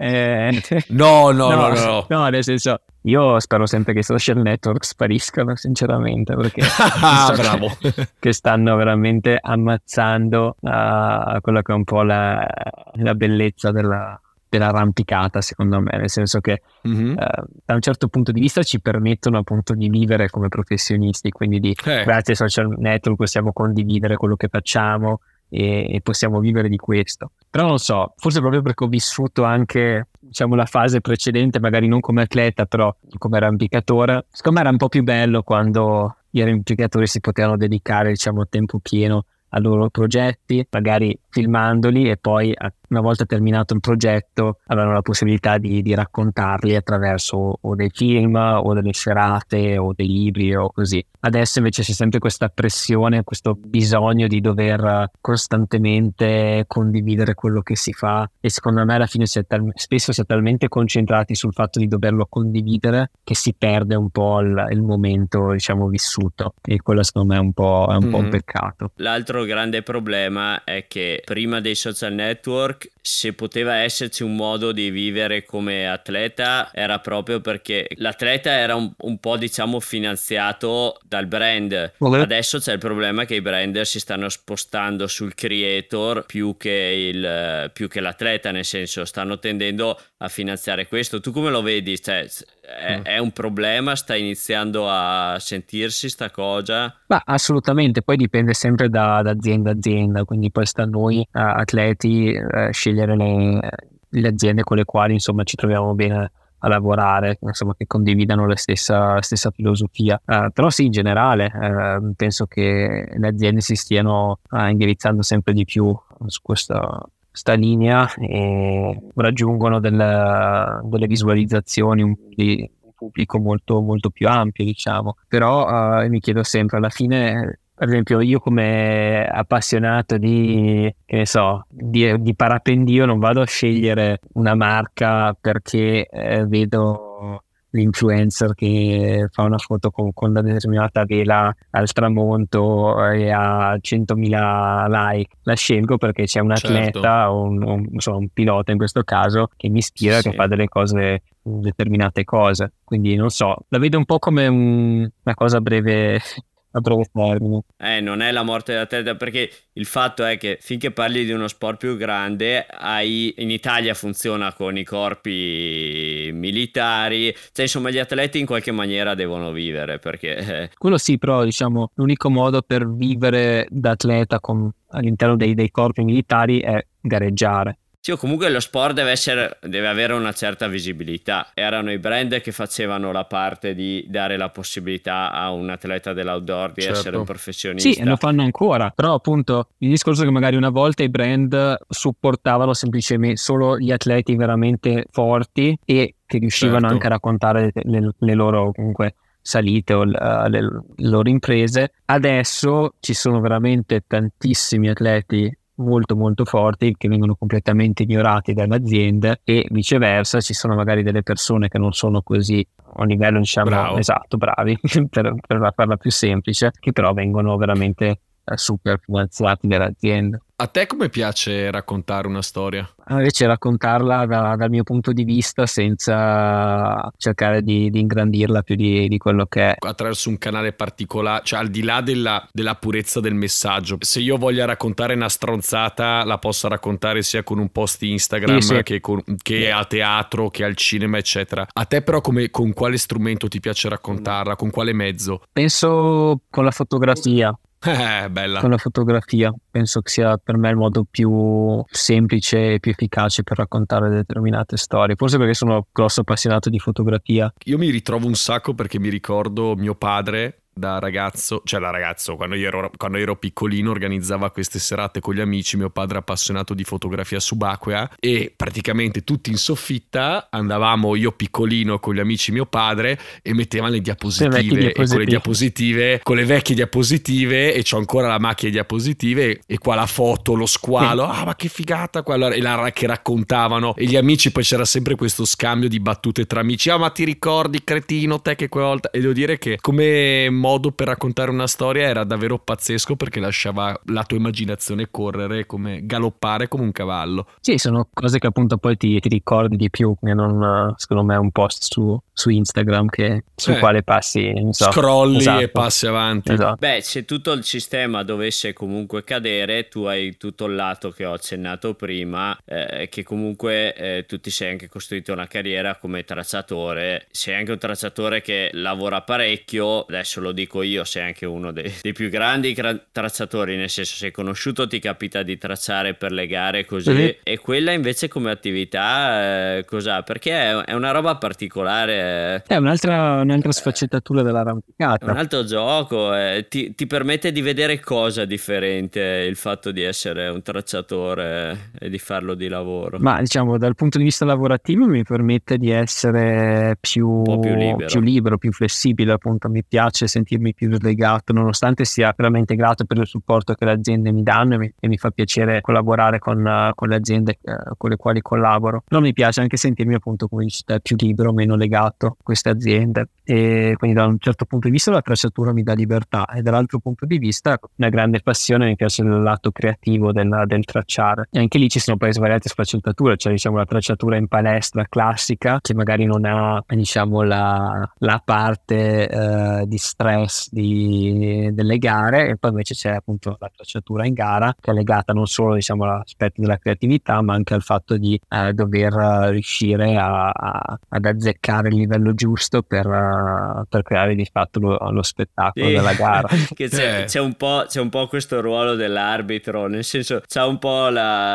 No, nel senso, io spero sempre che i social network spariscano, sinceramente, perché bravo, che stanno veramente ammazzando quello che è un po' la bellezza dell'arrampicata, secondo me, nel senso che da un certo punto di vista ci permettono appunto di vivere come professionisti, quindi grazie ai social network possiamo condividere quello che facciamo e possiamo vivere di questo. Però non so, forse proprio perché ho vissuto anche, diciamo, la fase precedente, magari non come atleta però come arrampicatore, secondo me era un po' più bello quando gli arrampicatori si potevano dedicare, diciamo, a tempo pieno ai loro progetti, magari filmandoli, e poi una volta terminato il progetto avevano la possibilità di raccontarli attraverso o dei film o delle serate o dei libri o così. Adesso invece c'è sempre questa pressione, questo bisogno di costantemente condividere quello che si fa, e secondo me alla fine spesso si è talmente concentrati sul fatto di doverlo condividere che si perde un po' il momento, diciamo, vissuto, e quello secondo me è un po' un peccato. L'altro grande problema è che prima dei social network, se poteva esserci un modo di vivere come atleta, era proprio perché l'atleta era un po', diciamo, finanziato dal brand. Adesso c'è il problema che i brand si stanno spostando sul creator più che l'atleta, nel senso stanno tendendo a finanziare questo. Tu come lo vedi? Cioè, è un problema? Sta iniziando a sentirsi sta cosa? Ma assolutamente, poi dipende sempre da azienda a azienda, quindi poi sta a noi atleti scegliere le aziende con le quali insomma ci troviamo bene a lavorare, insomma, che condividano la stessa filosofia. Però sì, in generale penso che le aziende si stiano indirizzando sempre di più su questa linea e raggiungono delle visualizzazioni di un pubblico molto, molto più ampio, diciamo. Però mi chiedo sempre, alla fine, per esempio, io come appassionato di parapendio non vado a scegliere una marca perché vedo l'influencer che fa una foto con una determinata vela al tramonto e ha 100.000 like. La scelgo perché c'è un atleta o un pilota in questo caso che mi ispira, che fa determinate cose. Quindi non so, la vedo un po' come una cosa a breve termine. Non è la morte dell'atleta, perché il fatto è che finché parli di uno sport più grande, in Italia funziona con i corpi militari, cioè insomma gli atleti in qualche maniera devono vivere, perché quello sì, però diciamo l'unico modo per vivere da atleta all'interno dei corpi militari è gareggiare. Sì, o comunque lo sport deve avere una certa visibilità. Erano i brand che facevano la parte di dare la possibilità a un atleta dell'outdoor di essere un professionista. Sì, e lo fanno ancora, però appunto il discorso è che magari una volta i brand supportavano semplicemente solo gli atleti veramente forti e che riuscivano anche a raccontare le loro comunque salite o le loro imprese. Adesso ci sono veramente tantissimi atleti molto molto forti che vengono completamente ignorati dalle aziende, e viceversa ci sono magari delle persone che non sono così a un livello, diciamo, bravi per farla più semplice, che però vengono veramente super finanziati dalle aziende. A te come piace raccontare una storia? Invece raccontarla dal mio punto di vista, senza cercare di ingrandirla più di quello che è. Attraverso un canale particolare, cioè al di là della purezza del messaggio. Se io voglio raccontare una stronzata, la posso raccontare sia con un post Instagram che a teatro, che al cinema, eccetera. A te però con quale strumento ti piace raccontarla? Con quale mezzo? Penso con la fotografia. Bella. Con la fotografia penso che sia per me il modo più semplice e più efficace per raccontare determinate storie, forse perché sono grosso appassionato di fotografia. Io mi ritrovo un sacco perché mi ricordo mio padre da ragazzo, quando ero piccolino, organizzava queste serate con gli amici. Mio padre appassionato di fotografia subacquea, e praticamente tutti in soffitta andavamo, io piccolino con gli amici mio padre, e mettevano le diapositive, e con le vecchie diapositive, e c'ho ancora la macchina di diapositive, e qua la foto, lo squalo, ma che figata quella, e che raccontavano, e gli amici, poi c'era sempre questo scambio di battute tra amici, ma ti ricordi, cretino, te che quella volta. E devo dire che come modo per raccontare una storia era davvero pazzesco, perché lasciava la tua immaginazione correre, come galoppare come un cavallo. Sì, sono cose che appunto poi ti ricordi di più, che non, secondo me, un post su Instagram sul quale passi, non so, scrolli e passi avanti. Esatto. Beh, se tutto il sistema dovesse comunque cadere, tu hai tutto il lato che ho accennato prima, che comunque tu ti sei anche costruito una carriera come tracciatore. Sei anche un tracciatore che lavora parecchio, adesso lo dico io, sei anche uno dei più grandi tracciatori, nel senso, sei conosciuto, ti capita di tracciare per le gare così, e quella invece come attività cos'ha? Perché è una roba particolare, è un'altra sfaccettatura dell'arrampicata, è un altro gioco, ti permette di vedere cosa differente il fatto di essere un tracciatore e di farlo di lavoro. Ma diciamo dal punto di vista lavorativo mi permette di essere più libero, più flessibile, appunto. Mi piace sentirmi più slegato, nonostante sia veramente grato per il supporto che le aziende mi danno e mi fa piacere collaborare con le aziende con le quali collaboro. Però mi piace anche sentirmi, appunto, come dici te, più libero, meno legato a queste aziende, e quindi da un certo punto di vista la tracciatura mi dà libertà, e dall'altro punto di vista una grande passione, mi piace il lato creativo del tracciare, e anche lì ci sono poi svariate sfaccettature. Cioè, diciamo, la tracciatura in palestra classica, che magari non ha, diciamo, la parte di stress delle gare, e poi invece c'è appunto la tracciatura in gara, che è legata non solo, diciamo, all'aspetto della creatività, ma anche al fatto di dover riuscire ad azzeccare il livello giusto per creare di fatto lo spettacolo della gara. Che c'è un po' questo ruolo dell'arbitro, nel senso, c'è un po'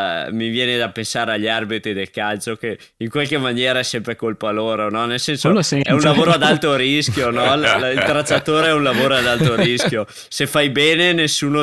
mi viene da pensare agli arbitri del calcio, che in qualche maniera è sempre colpa loro, no? Nel senso, è un lavoro ad alto rischio, no? Il tracciatore è un lavoro ad alto rischio. Se fai bene nessuno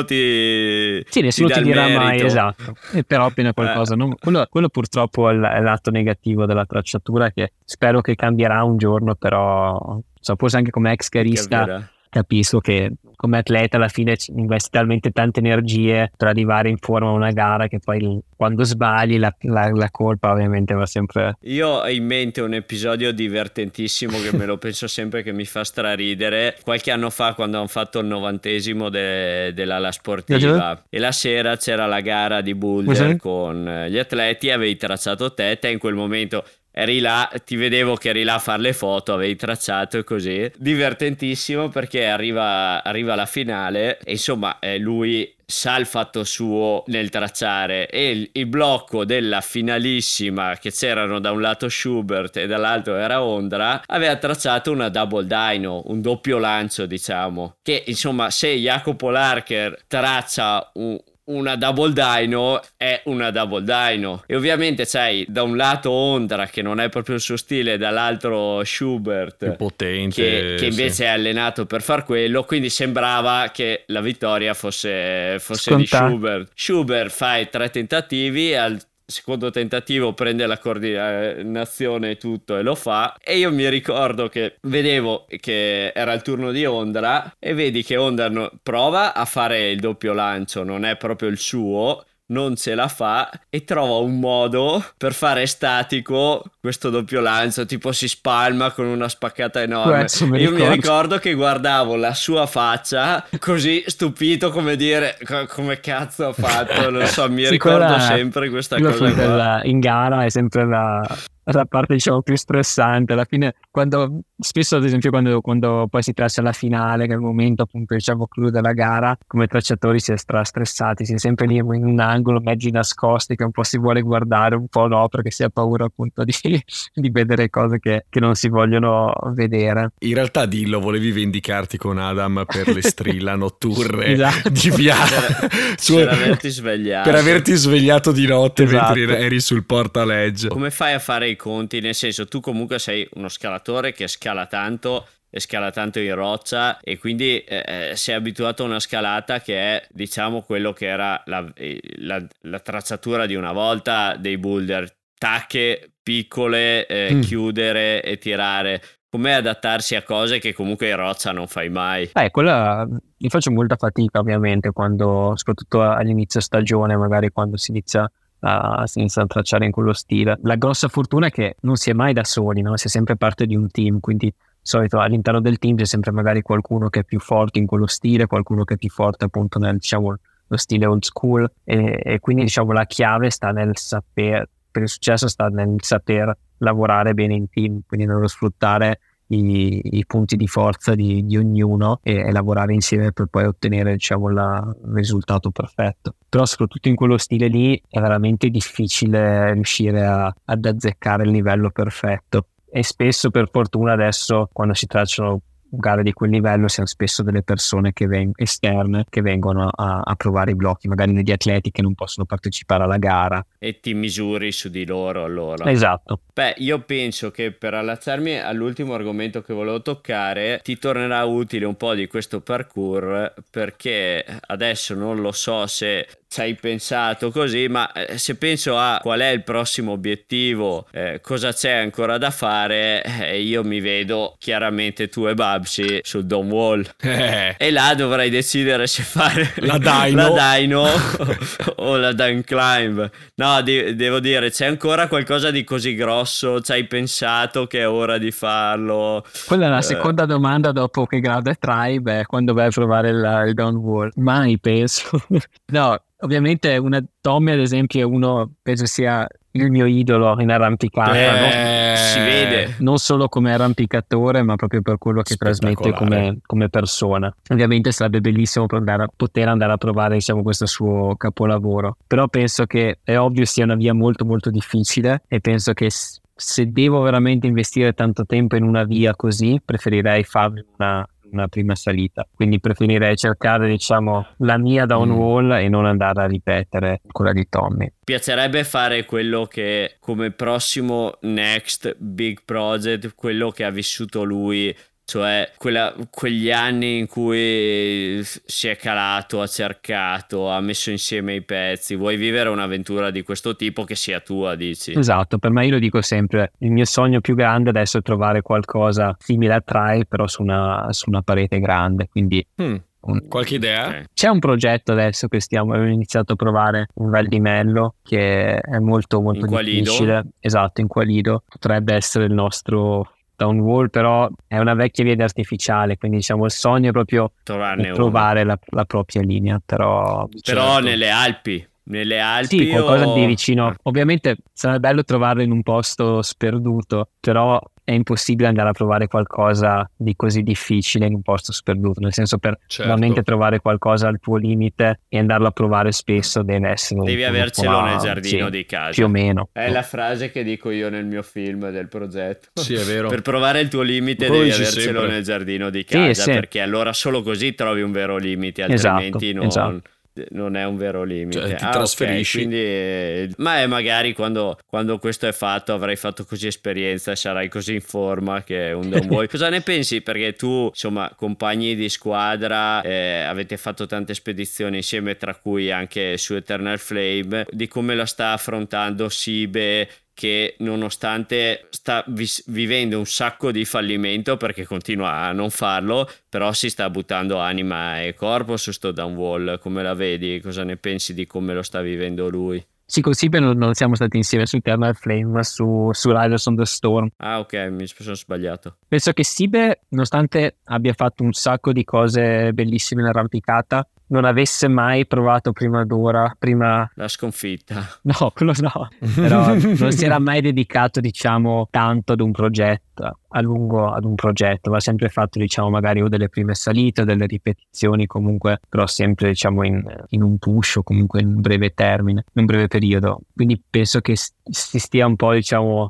ti dirà mai, esatto. E però appena qualcosa, no? Quello purtroppo è l'atto negativo della tracciatura, che spero che cambierà un giorno, però forse anche come ex carista capisco che come atleta alla fine investi talmente tante energie per arrivare in forma a una gara, che poi quando sbagli la colpa ovviamente va sempre. Io ho in mente un episodio divertentissimo che me lo penso sempre, che mi fa straridere. Qualche anno fa, quando hanno fatto il 90° dell'ala sportiva, e la sera c'era la gara di boulder con gli atleti, avevi tracciato te in quel momento eri là, ti vedevo che eri là a fare le foto, avevi tracciato e così. Divertentissimo, perché arriva la finale e insomma lui sa il fatto suo nel tracciare, e il blocco della finalissima, che c'erano da un lato Schubert e dall'altro era Ondra, aveva tracciato una double dyno, un doppio lancio, diciamo, che insomma se Jacopo Larcher traccia una double dyno è una double dyno, e ovviamente c'hai da un lato Ondra, che non è proprio il suo stile, dall'altro Schubert più potente, che invece è allenato per far quello, quindi sembrava che la vittoria fosse di Schubert fa i 3 tentativi, al secondo tentativo prende la coordinazione e tutto e lo fa, e io mi ricordo che vedevo che era il turno di Ondra, e vedi che Ondra prova a fare il doppio lancio, non è proprio il suo, non ce la fa, e trova un modo per fare statico questo doppio lancio, tipo si spalma con una spaccata enorme. Io mi ricordo che guardavo la sua faccia così stupito, come dire, come cazzo ha fatto, non so, mi ricordo sempre questa cosa qua. In gara è sempre la parte, diciamo, più stressante alla fine, quando spesso, ad esempio, quando poi si traccia la finale, che è il momento appunto, diciamo, clou della gara, come tracciatori si è stressati, si è sempre lì in un angolo, mezzi nascosti, che un po' si vuole guardare, un po' no, perché si ha paura appunto di vedere cose che non si vogliono vedere. In realtà dillo, volevi vendicarti con Adam per le strilla notturne esatto. di Piana per averti svegliato di notte, esatto, mentre eri sul portaleggio. Come fai a fare i conti? Nel senso, tu comunque sei uno scalatore che scala tanto e scala tanto in roccia, e quindi sei abituato a una scalata che è, diciamo, quello che era la tracciatura di una volta dei boulder, tacche piccole, chiudere e tirare. Com'è adattarsi a cose che comunque in roccia non fai mai? Quella io faccio molta fatica, ovviamente, soprattutto all'inizio stagione, magari quando si inizia a tracciare in quello stile. La grossa fortuna è che non si è mai da soli, no? Si è sempre parte di un team, quindi di solito all'interno del team c'è sempre magari qualcuno che è più forte in quello stile, qualcuno che è più forte appunto nel, diciamo, lo stile old school, e quindi, diciamo, la chiave sta nel saper, per il successo sta nel saper lavorare bene in team, quindi nello sfruttare i punti di forza di ognuno e lavorare insieme per poi ottenere, diciamo, il risultato perfetto. Però soprattutto in quello stile lì è veramente difficile riuscire ad azzeccare il livello perfetto, e spesso, per fortuna, adesso quando si tracciano gare di quel livello siamo spesso delle persone esterne che vengono a provare i blocchi, magari degli atleti che non possono partecipare alla gara, e ti misuri su di loro, allora. Esatto. Io penso che, per allacciarmi all'ultimo argomento che volevo toccare, ti tornerà utile un po' di questo parkour, perché adesso non lo so se ci hai pensato così, ma se penso a qual è il prossimo obiettivo, cosa c'è ancora da fare, io mi vedo chiaramente tu e Babsi sul Dawn Wall e là dovrai decidere se fare la Dino o la Down Climb. No, devo dire, c'è ancora qualcosa di così grosso, ci hai pensato che è ora di farlo? Quella è la seconda domanda dopo che grado è Tribe, è quando vai a provare il Dawn Wall. Mai penso. No, ovviamente Tommy ad esempio è uno, penso sia il mio idolo in arrampicata, no? Si vede non solo come arrampicatore ma proprio per quello che trasmette come persona. Ovviamente sarebbe bellissimo poter andare a provare, diciamo, questo suo capolavoro, però penso che è ovvio sia una via molto molto difficile e penso che se devo veramente investire tanto tempo in una via così preferirei farmi una prima salita, quindi preferirei cercare, diciamo, la mia Dawn Wall e non andare a ripetere quella di Tommy. Piacerebbe fare quello che come prossimo next big project, quello che ha vissuto lui, cioè quegli anni in cui si è calato, ha cercato, ha messo insieme i pezzi. Vuoi vivere un'avventura di questo tipo che sia tua, dici? Esatto, per me, io lo dico sempre, il mio sogno più grande adesso è trovare qualcosa simile a Tribe però su una parete grande, quindi qualche idea? C'è un progetto adesso che abbiamo iniziato a provare in Val di Mello, che è molto molto difficile. Esatto, in Qualido potrebbe essere il nostro Dawn Wall, però è una vecchia via artificiale, quindi diciamo il sogno è proprio trovare la propria linea, però certo. Nelle Alpi sì, qualcosa di vicino. Ovviamente sarebbe bello trovarlo in un posto sperduto, però è impossibile andare a provare qualcosa di così difficile in un posto sperduto, nel senso, per veramente trovare qualcosa al tuo limite e andarlo a provare spesso devi avercelo nel giardino di casa, più o meno. È la frase che dico io nel mio film del progetto. Sì, è vero. Per provare il tuo limite devi avercelo sempre nel giardino di casa, sì. Perché allora solo così trovi un vero limite, altrimenti esatto. Non è un vero limite, cioè, ti trasferisci. Okay, quindi, ma magari quando questo è fatto avrai fatto così esperienza e sarai così in forma che un Dawn Wall. Cosa ne pensi? Perché tu, insomma, compagni di squadra, avete fatto tante spedizioni insieme, tra cui anche su Eternal Flame, di come la sta affrontando Sibe, che nonostante sta vivendo un sacco di fallimento perché continua a non farlo, però si sta buttando anima e corpo su sto Dawn Wall. Come la vedi? Cosa ne pensi di come lo sta vivendo lui? Sì, con Sibe non siamo stati insieme su Eternal Flame, ma su Riders on the Storm. Ah, ok, mi sono sbagliato. Penso che Sibe, nonostante abbia fatto un sacco di cose bellissime in arrampicata, non avesse mai provato prima la sconfitta. No, quello no. Però non si era mai dedicato, diciamo, tanto ad un progetto, a lungo ad un progetto. Va sempre fatto, diciamo, magari o delle prime salite o delle ripetizioni, comunque, però sempre, diciamo, in un push o comunque in un breve termine, in un breve periodo. Quindi penso che si stia un po', diciamo,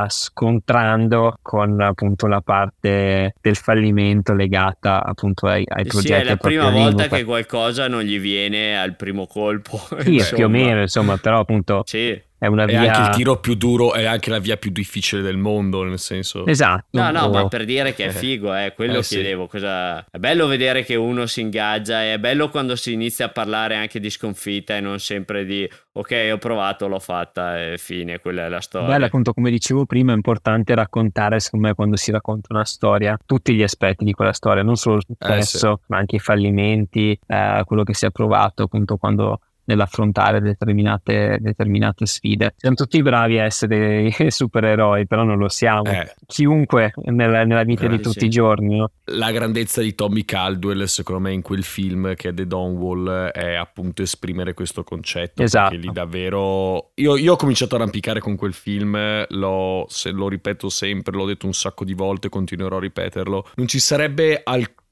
scontrando con appunto la parte del fallimento legata appunto ai progetti. Sì, è la prima volta che qualcosa non gli viene al primo colpo. Sì, più o meno, insomma, però appunto sì. È una via... È anche il tiro più duro, è anche la via più difficile del mondo, nel senso... Esatto. No, ma per dire che è figo, quello chiedevo. Sì. È bello vedere che uno si ingaggia, è bello quando si inizia a parlare anche di sconfitta e non sempre di ok, ho provato, l'ho fatta e fine, quella è la storia. Bello, appunto, come dicevo prima, è importante raccontare, secondo me, quando si racconta una storia, tutti gli aspetti di quella storia, non solo il successo, ma anche i fallimenti, quello che si è provato, appunto, quando... nell'affrontare determinate sfide. Siamo tutti bravi a essere dei supereroi, però non lo siamo. Chiunque nella vita di tutti i giorni, no? La grandezza di Tommy Caldwell, secondo me, in quel film che è The Dawn Wall, è appunto esprimere questo concetto. Esatto. Perché lì davvero... Io ho cominciato a arrampicare con quel film, lo ripeto sempre, l'ho detto un sacco di volte, continuerò a ripeterlo. Non ci sarebbe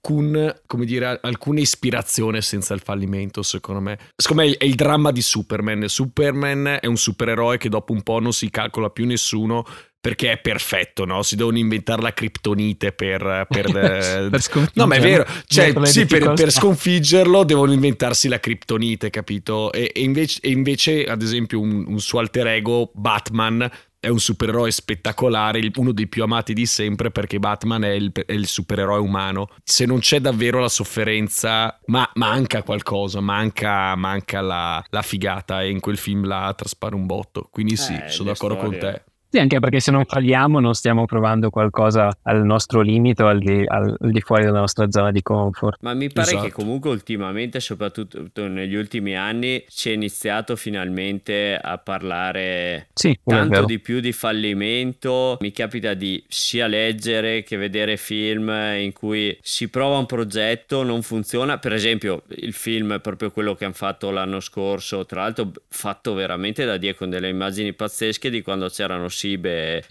alcuna ispirazione senza il fallimento, secondo me. Secondo me è il dramma di Superman. Superman è un supereroe che dopo un po' non si calcola più nessuno perché è perfetto, no? Si devono inventare la criptonite per no, ma è vero, cioè sì, per sconfiggerlo devono inventarsi la criptonite, capito? E invece ad esempio un suo alter ego, Batman, è un supereroe spettacolare, uno dei più amati di sempre, perché Batman è il supereroe umano. Se non c'è davvero la sofferenza, ma manca qualcosa, manca la figata, e in quel film la traspare un botto. Quindi sì, sono d'accordo con te. Sì, anche perché se non falliamo non stiamo provando qualcosa al nostro limite o al di fuori della nostra zona di comfort. Ma mi pare che comunque ultimamente, soprattutto negli ultimi anni, si è iniziato finalmente a parlare tanto di più di fallimento. Mi capita di sia leggere che vedere film in cui si prova un progetto, non funziona. Per esempio il film, proprio quello che hanno fatto l'anno scorso, tra l'altro fatto veramente da Dio, con delle immagini pazzesche, di quando c'erano Sibe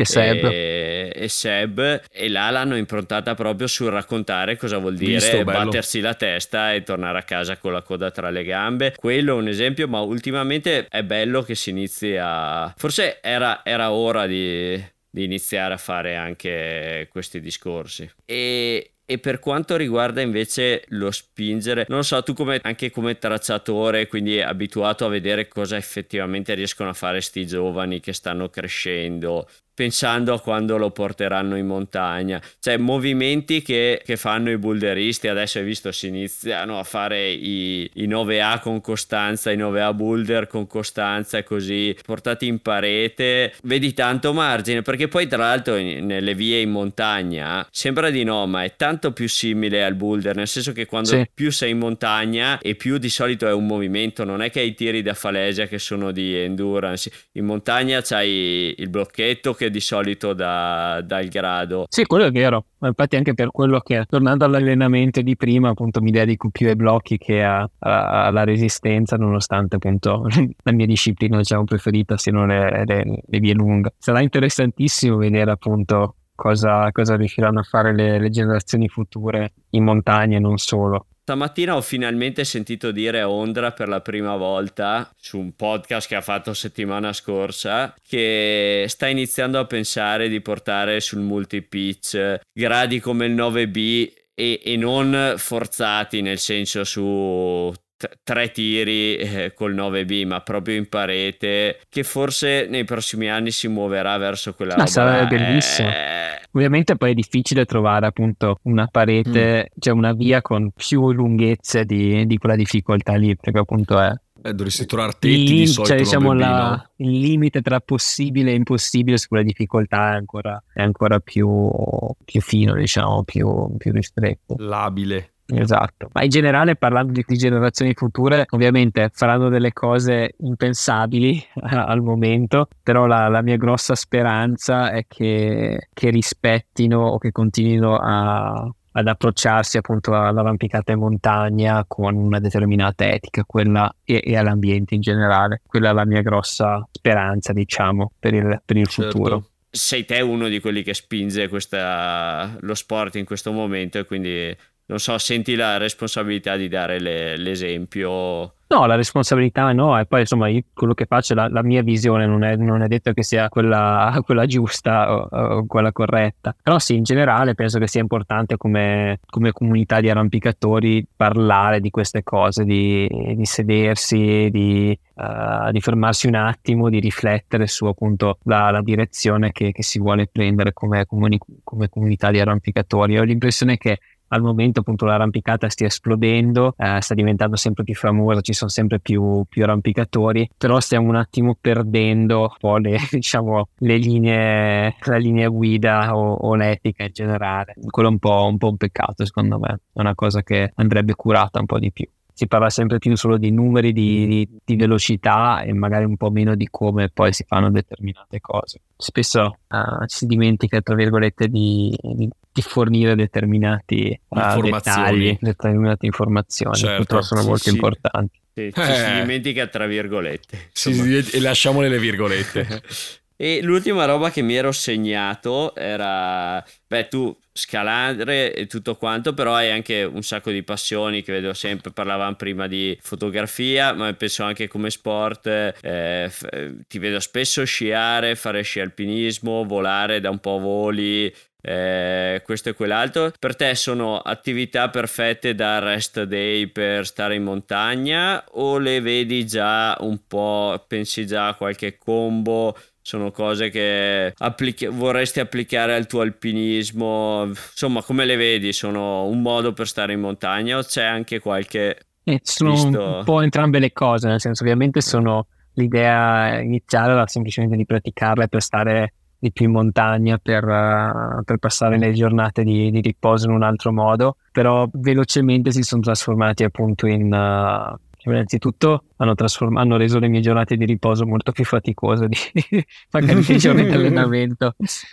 e Seb, e là l'hanno improntata proprio sul raccontare cosa vuol dire battersi la testa e tornare a casa con la coda tra le gambe. Quello è un esempio, ma ultimamente è bello che si inizi a... Forse era ora di iniziare a fare anche questi discorsi. E per quanto riguarda invece lo spingere, non lo so, tu anche come tracciatore, quindi abituato a vedere cosa effettivamente riescono a fare sti giovani che stanno crescendo, pensando a quando lo porteranno in montagna, cioè movimenti che fanno i boulderisti. Adesso hai visto, si iniziano a fare i 9A con costanza, i 9A boulder con costanza, e così portati in parete, vedi tanto margine, perché poi tra l'altro nelle vie in montagna sembra di no, ma è tanto più simile al boulder, nel senso che quando più sei in montagna e più di solito è un movimento, non è che hai tiri da falesia che sono di endurance. In montagna c'hai il blocchetto che di solito dà il grado. Sì, quello è vero, ma infatti anche per quello che, tornando all'allenamento di prima, appunto mi dedico più ai blocchi che alla resistenza, nonostante appunto la mia disciplina, diciamo, preferita siano le vie lunghe. Sarà interessantissimo vedere appunto cosa riusciranno a fare le generazioni future in montagna e non solo. Stamattina ho finalmente sentito dire a Ondra per la prima volta, su un podcast che ha fatto settimana scorsa, che sta iniziando a pensare di portare sul multi-pitch gradi come il 9B e non forzati, nel senso su 3 tiri col 9B, ma proprio in parete, che forse nei prossimi anni si muoverà verso quella roba. Sarebbe bellissimo. Ovviamente poi è difficile trovare appunto una parete, cioè una via con più lunghezze di quella difficoltà lì, perché appunto è... dovresti trovare tetti di solito, cioè diciamo no? il limite tra possibile e impossibile su quella difficoltà è ancora più fino, diciamo, più ristretto. Labile. Esatto, ma in generale, parlando di generazioni future, ovviamente faranno delle cose impensabili al momento, però la mia grossa speranza è che rispettino o che continuino ad approcciarsi appunto all'arrampicata in montagna con una determinata etica, quella e all'ambiente in generale. Quella è la mia grossa speranza, diciamo, per il futuro. Sei te uno di quelli che spinge lo sport in questo momento, e quindi non so, senti la responsabilità di dare l'esempio? No, la responsabilità no, e poi insomma io, quello che faccio, la mia visione non è detto che sia quella giusta o quella corretta, però sì, in generale penso che sia importante come comunità di arrampicatori parlare di queste cose, di sedersi, di fermarsi un attimo, di riflettere su appunto la direzione che si vuole prendere come comunità di arrampicatori. Ho l'impressione che al momento appunto l'arrampicata stia esplodendo, sta diventando sempre più famosa, ci sono sempre più arrampicatori, però stiamo un attimo perdendo un po' la linea guida o l'etica in generale. Quello è un po' un peccato, secondo me, è una cosa che andrebbe curata un po' di più. Si parla sempre più solo di numeri, di velocità, e magari un po' meno di come poi si fanno determinate cose. Spesso ci si dimentica, tra virgolette, di fornire determinati dettagli, determinate informazioni, certo, purtroppo sono molto importanti. Sì, ci si dimentica tra virgolette. E lasciamole le virgolette. E l'ultima roba che mi ero segnato era, tu scalare e tutto quanto, però hai anche un sacco di passioni che vedo sempre. Parlavamo prima di fotografia, ma penso anche come sport, ti vedo spesso sciare, fare sci alpinismo, volare, da un po' voli, questo e quell'altro. Per te sono attività perfette da rest day per stare in montagna, o le vedi già un po', pensi già a qualche combo sono cose che vorresti applicare al tuo alpinismo? Insomma, come le vedi? Sono un modo per stare in montagna o c'è anche qualche... Sono un po' entrambe le cose, nel senso ovviamente l'idea iniziale era semplicemente di praticarle per stare di più in montagna, per passare le giornate di riposo in un altro modo, però velocemente si sono trasformati appunto innanzitutto hanno reso le mie giornate di riposo molto più faticose di magari i giorni di allenamento.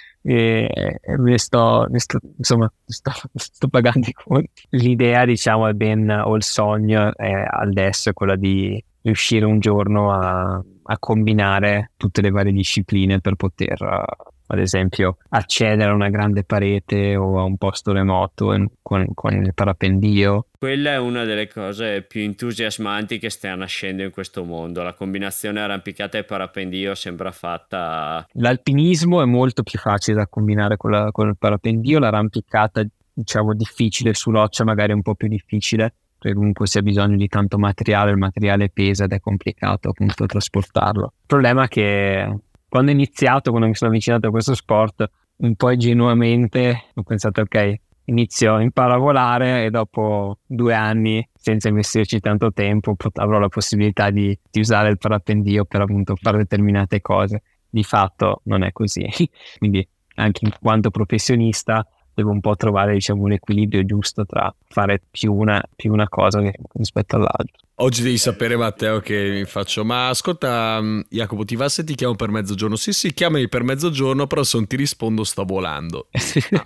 E sto pagando i conti. L'idea, diciamo, o il sogno adesso è quella di riuscire un giorno a combinare tutte le varie discipline per poter, ad esempio, accedere a una grande parete o a un posto remoto con il parapendio. Quella è una delle cose più entusiasmanti che sta nascendo in questo mondo. La combinazione arrampicata e parapendio sembra fatta... L'alpinismo è molto più facile da combinare con il parapendio, l'arrampicata, diciamo, difficile su roccia, magari un po' più difficile, perché comunque si ha bisogno di tanto materiale, il materiale pesa ed è complicato appunto trasportarlo. Il problema è che quando mi sono avvicinato a questo sport, un po' ingenuamente ho pensato ok, imparo a volare e dopo 2 anni, senza investirci tanto tempo, avrò la possibilità di usare il parapendio per appunto fare determinate cose. Di fatto non è così, quindi anche in quanto professionista devo un po' trovare, diciamo, un equilibrio giusto tra fare più una cosa rispetto all'altra. Oggi devi sapere, Matteo, che mi faccio: ma ascolta, Jacopo, ti va se ti chiamo per mezzogiorno? Sì, chiamami per mezzogiorno, però se non ti rispondo sto volando. Ah,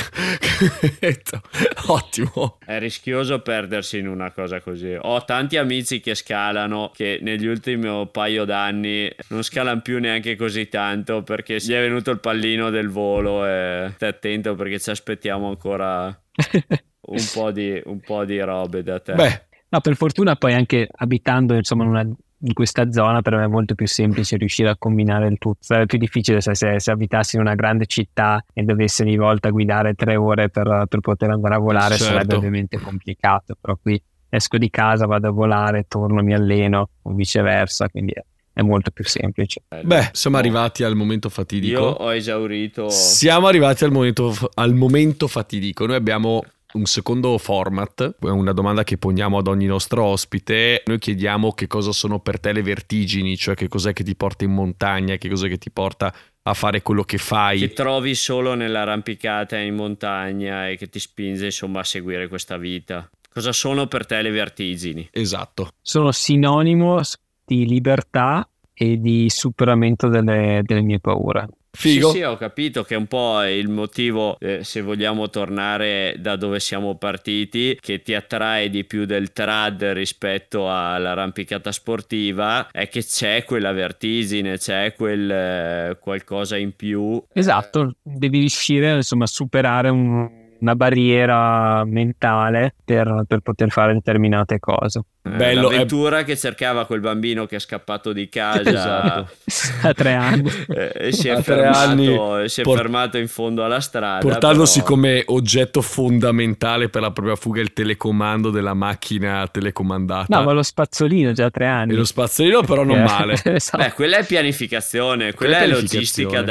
ok. Ottimo. È rischioso perdersi in una cosa così. Ho tanti amici che scalano, che negli ultimi paio d'anni non scalano più neanche così tanto perché gli è venuto il pallino del volo, e stai attento perché ci aspettiamo ancora un po' di robe da te. Beh, no, per fortuna poi anche abitando, insomma, in questa zona per me è molto più semplice riuscire a combinare il tutto. Sarebbe più difficile se abitassi in una grande città e dovessi ogni volta guidare 3 ore per poter andare a volare. Certo. Sarebbe ovviamente complicato, però qui esco di casa, vado a volare, torno, mi alleno o viceversa, quindi è molto più semplice. Beh, siamo arrivati al momento fatidico. Io ho esaurito. Siamo arrivati al momento fatidico. Noi abbiamo un secondo format, una domanda che poniamo ad ogni nostro ospite. Noi chiediamo che cosa sono per te le vertigini, cioè che cos'è che ti porta in montagna, che cos'è che ti porta a fare quello che fai. Che trovi solo nell'arrampicata in montagna e che ti spinge, insomma, a seguire questa vita. Cosa sono per te le vertigini? Esatto. Sono sinonimo di libertà e di superamento delle mie paure. Figo. Sì, ho capito che un po' è il motivo, se vogliamo tornare da dove siamo partiti, che ti attrae di più del trad rispetto all'arrampicata sportiva, è che c'è quella vertigine, c'è quel qualcosa in più. Esatto, devi riuscire, insomma, a superare una barriera mentale per poter fare determinate cose. Bello, l'avventura che cercava quel bambino che è scappato di casa. Esatto. A 3 anni E si è fermato in fondo alla strada, portandosi però... come oggetto fondamentale per la propria fuga il telecomando della macchina telecomandata. No, ma lo spazzolino già a 3 anni. E lo spazzolino però non male. Esatto. Beh, quella è pianificazione, quella è logistica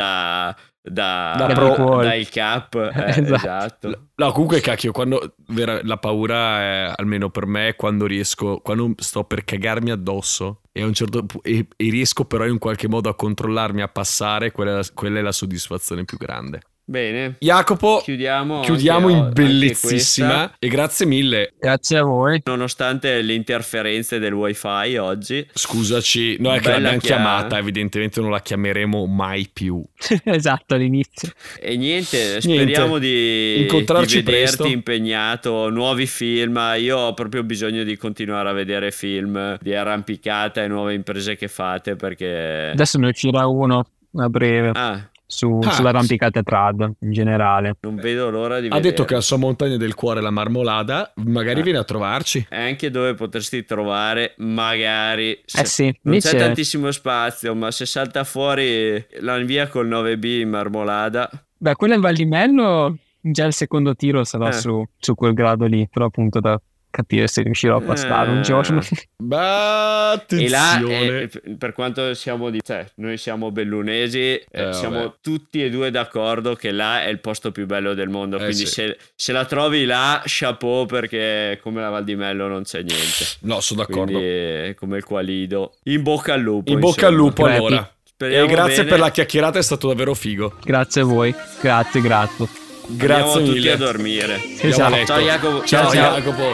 dai cap. Esatto. No, comunque cacchio, quando la paura è, almeno per me, quando sto per cagarmi addosso e a un certo e riesco però in qualche modo a controllarmi, a passare, quella è la soddisfazione più grande. Bene, Jacopo, chiudiamo in bellissima e grazie mille. Grazie a voi. Nonostante le interferenze del wifi oggi. Scusaci, no, è che l'abbiamo chiamata, evidentemente non la chiameremo mai più. Esatto, all'inizio. E niente, speriamo di incontrarci vederti presto. Impegnato, nuovi film. Io ho proprio bisogno di continuare a vedere film di arrampicata e nuove imprese che fate, perché adesso ne uscirà uno a breve. Sull'arrampicata trad in generale. Non vedo l'ora di vedere. Ha detto che la sua montagna del cuore è la Marmolada. Magari viene a trovarci. È anche dove potresti trovare, magari sì, non c'è tantissimo spazio, ma se salta fuori la via col 9B in Marmolada. Beh, quello in Val di Mello, già il secondo tiro sarà su quel grado lì, però appunto da capire se riuscirò a passare un giorno. Beh, attenzione. E là, per quanto siamo noi siamo bellunesi, siamo tutti e due d'accordo che là è il posto più bello del mondo, quindi sì. se la trovi là, chapeau, perché come la Val di Mello non c'è niente. No, sono d'accordo. Quindi, come il Qualido. In bocca al lupo. In bocca al lupo, allora. Speriamo e grazie bene. per la chiacchierata, è stato davvero figo. Grazie a voi, grazie. Andiamo mille. tutti a dormire. Esatto. Ciao Jacopo. Ciao Jacopo.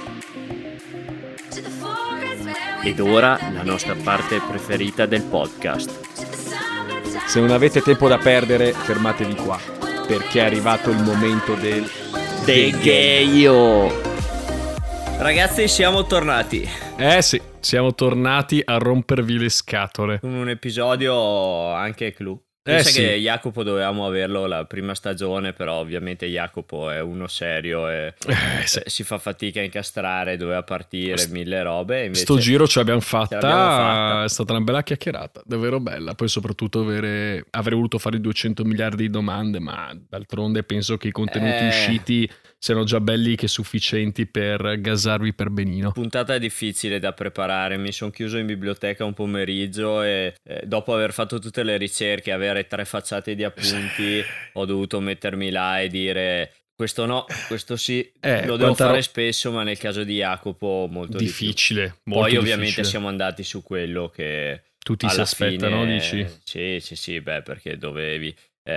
Ed ora la nostra parte preferita del podcast. Se non avete tempo da perdere, fermatevi qua, perché è arrivato il momento del Degheio. Ragazzi, siamo tornati. Sì, siamo tornati a rompervi le scatole. Con un episodio anche clou. Pensa che Jacopo dovevamo averlo la prima stagione, però ovviamente Jacopo è uno serio e si fa fatica a incastrare, doveva partire mille robe. Invece sto giro ce l'abbiamo fatta, è stata una bella chiacchierata, davvero bella. Poi soprattutto avrei voluto fare 200 miliardi di domande, ma d'altronde penso che i contenuti usciti siano già belli che sufficienti per gasarvi per benino. Puntata difficile da preparare, mi sono chiuso in biblioteca un pomeriggio e dopo aver fatto tutte le ricerche, avere 3 facciate di appunti, ho dovuto mettermi là e dire questo no, questo sì, lo devo fare spesso, ma nel caso di Jacopo molto difficile. Di poi ovviamente siamo andati su quello che tutti si aspettano, dici? Sì, perché dovevi.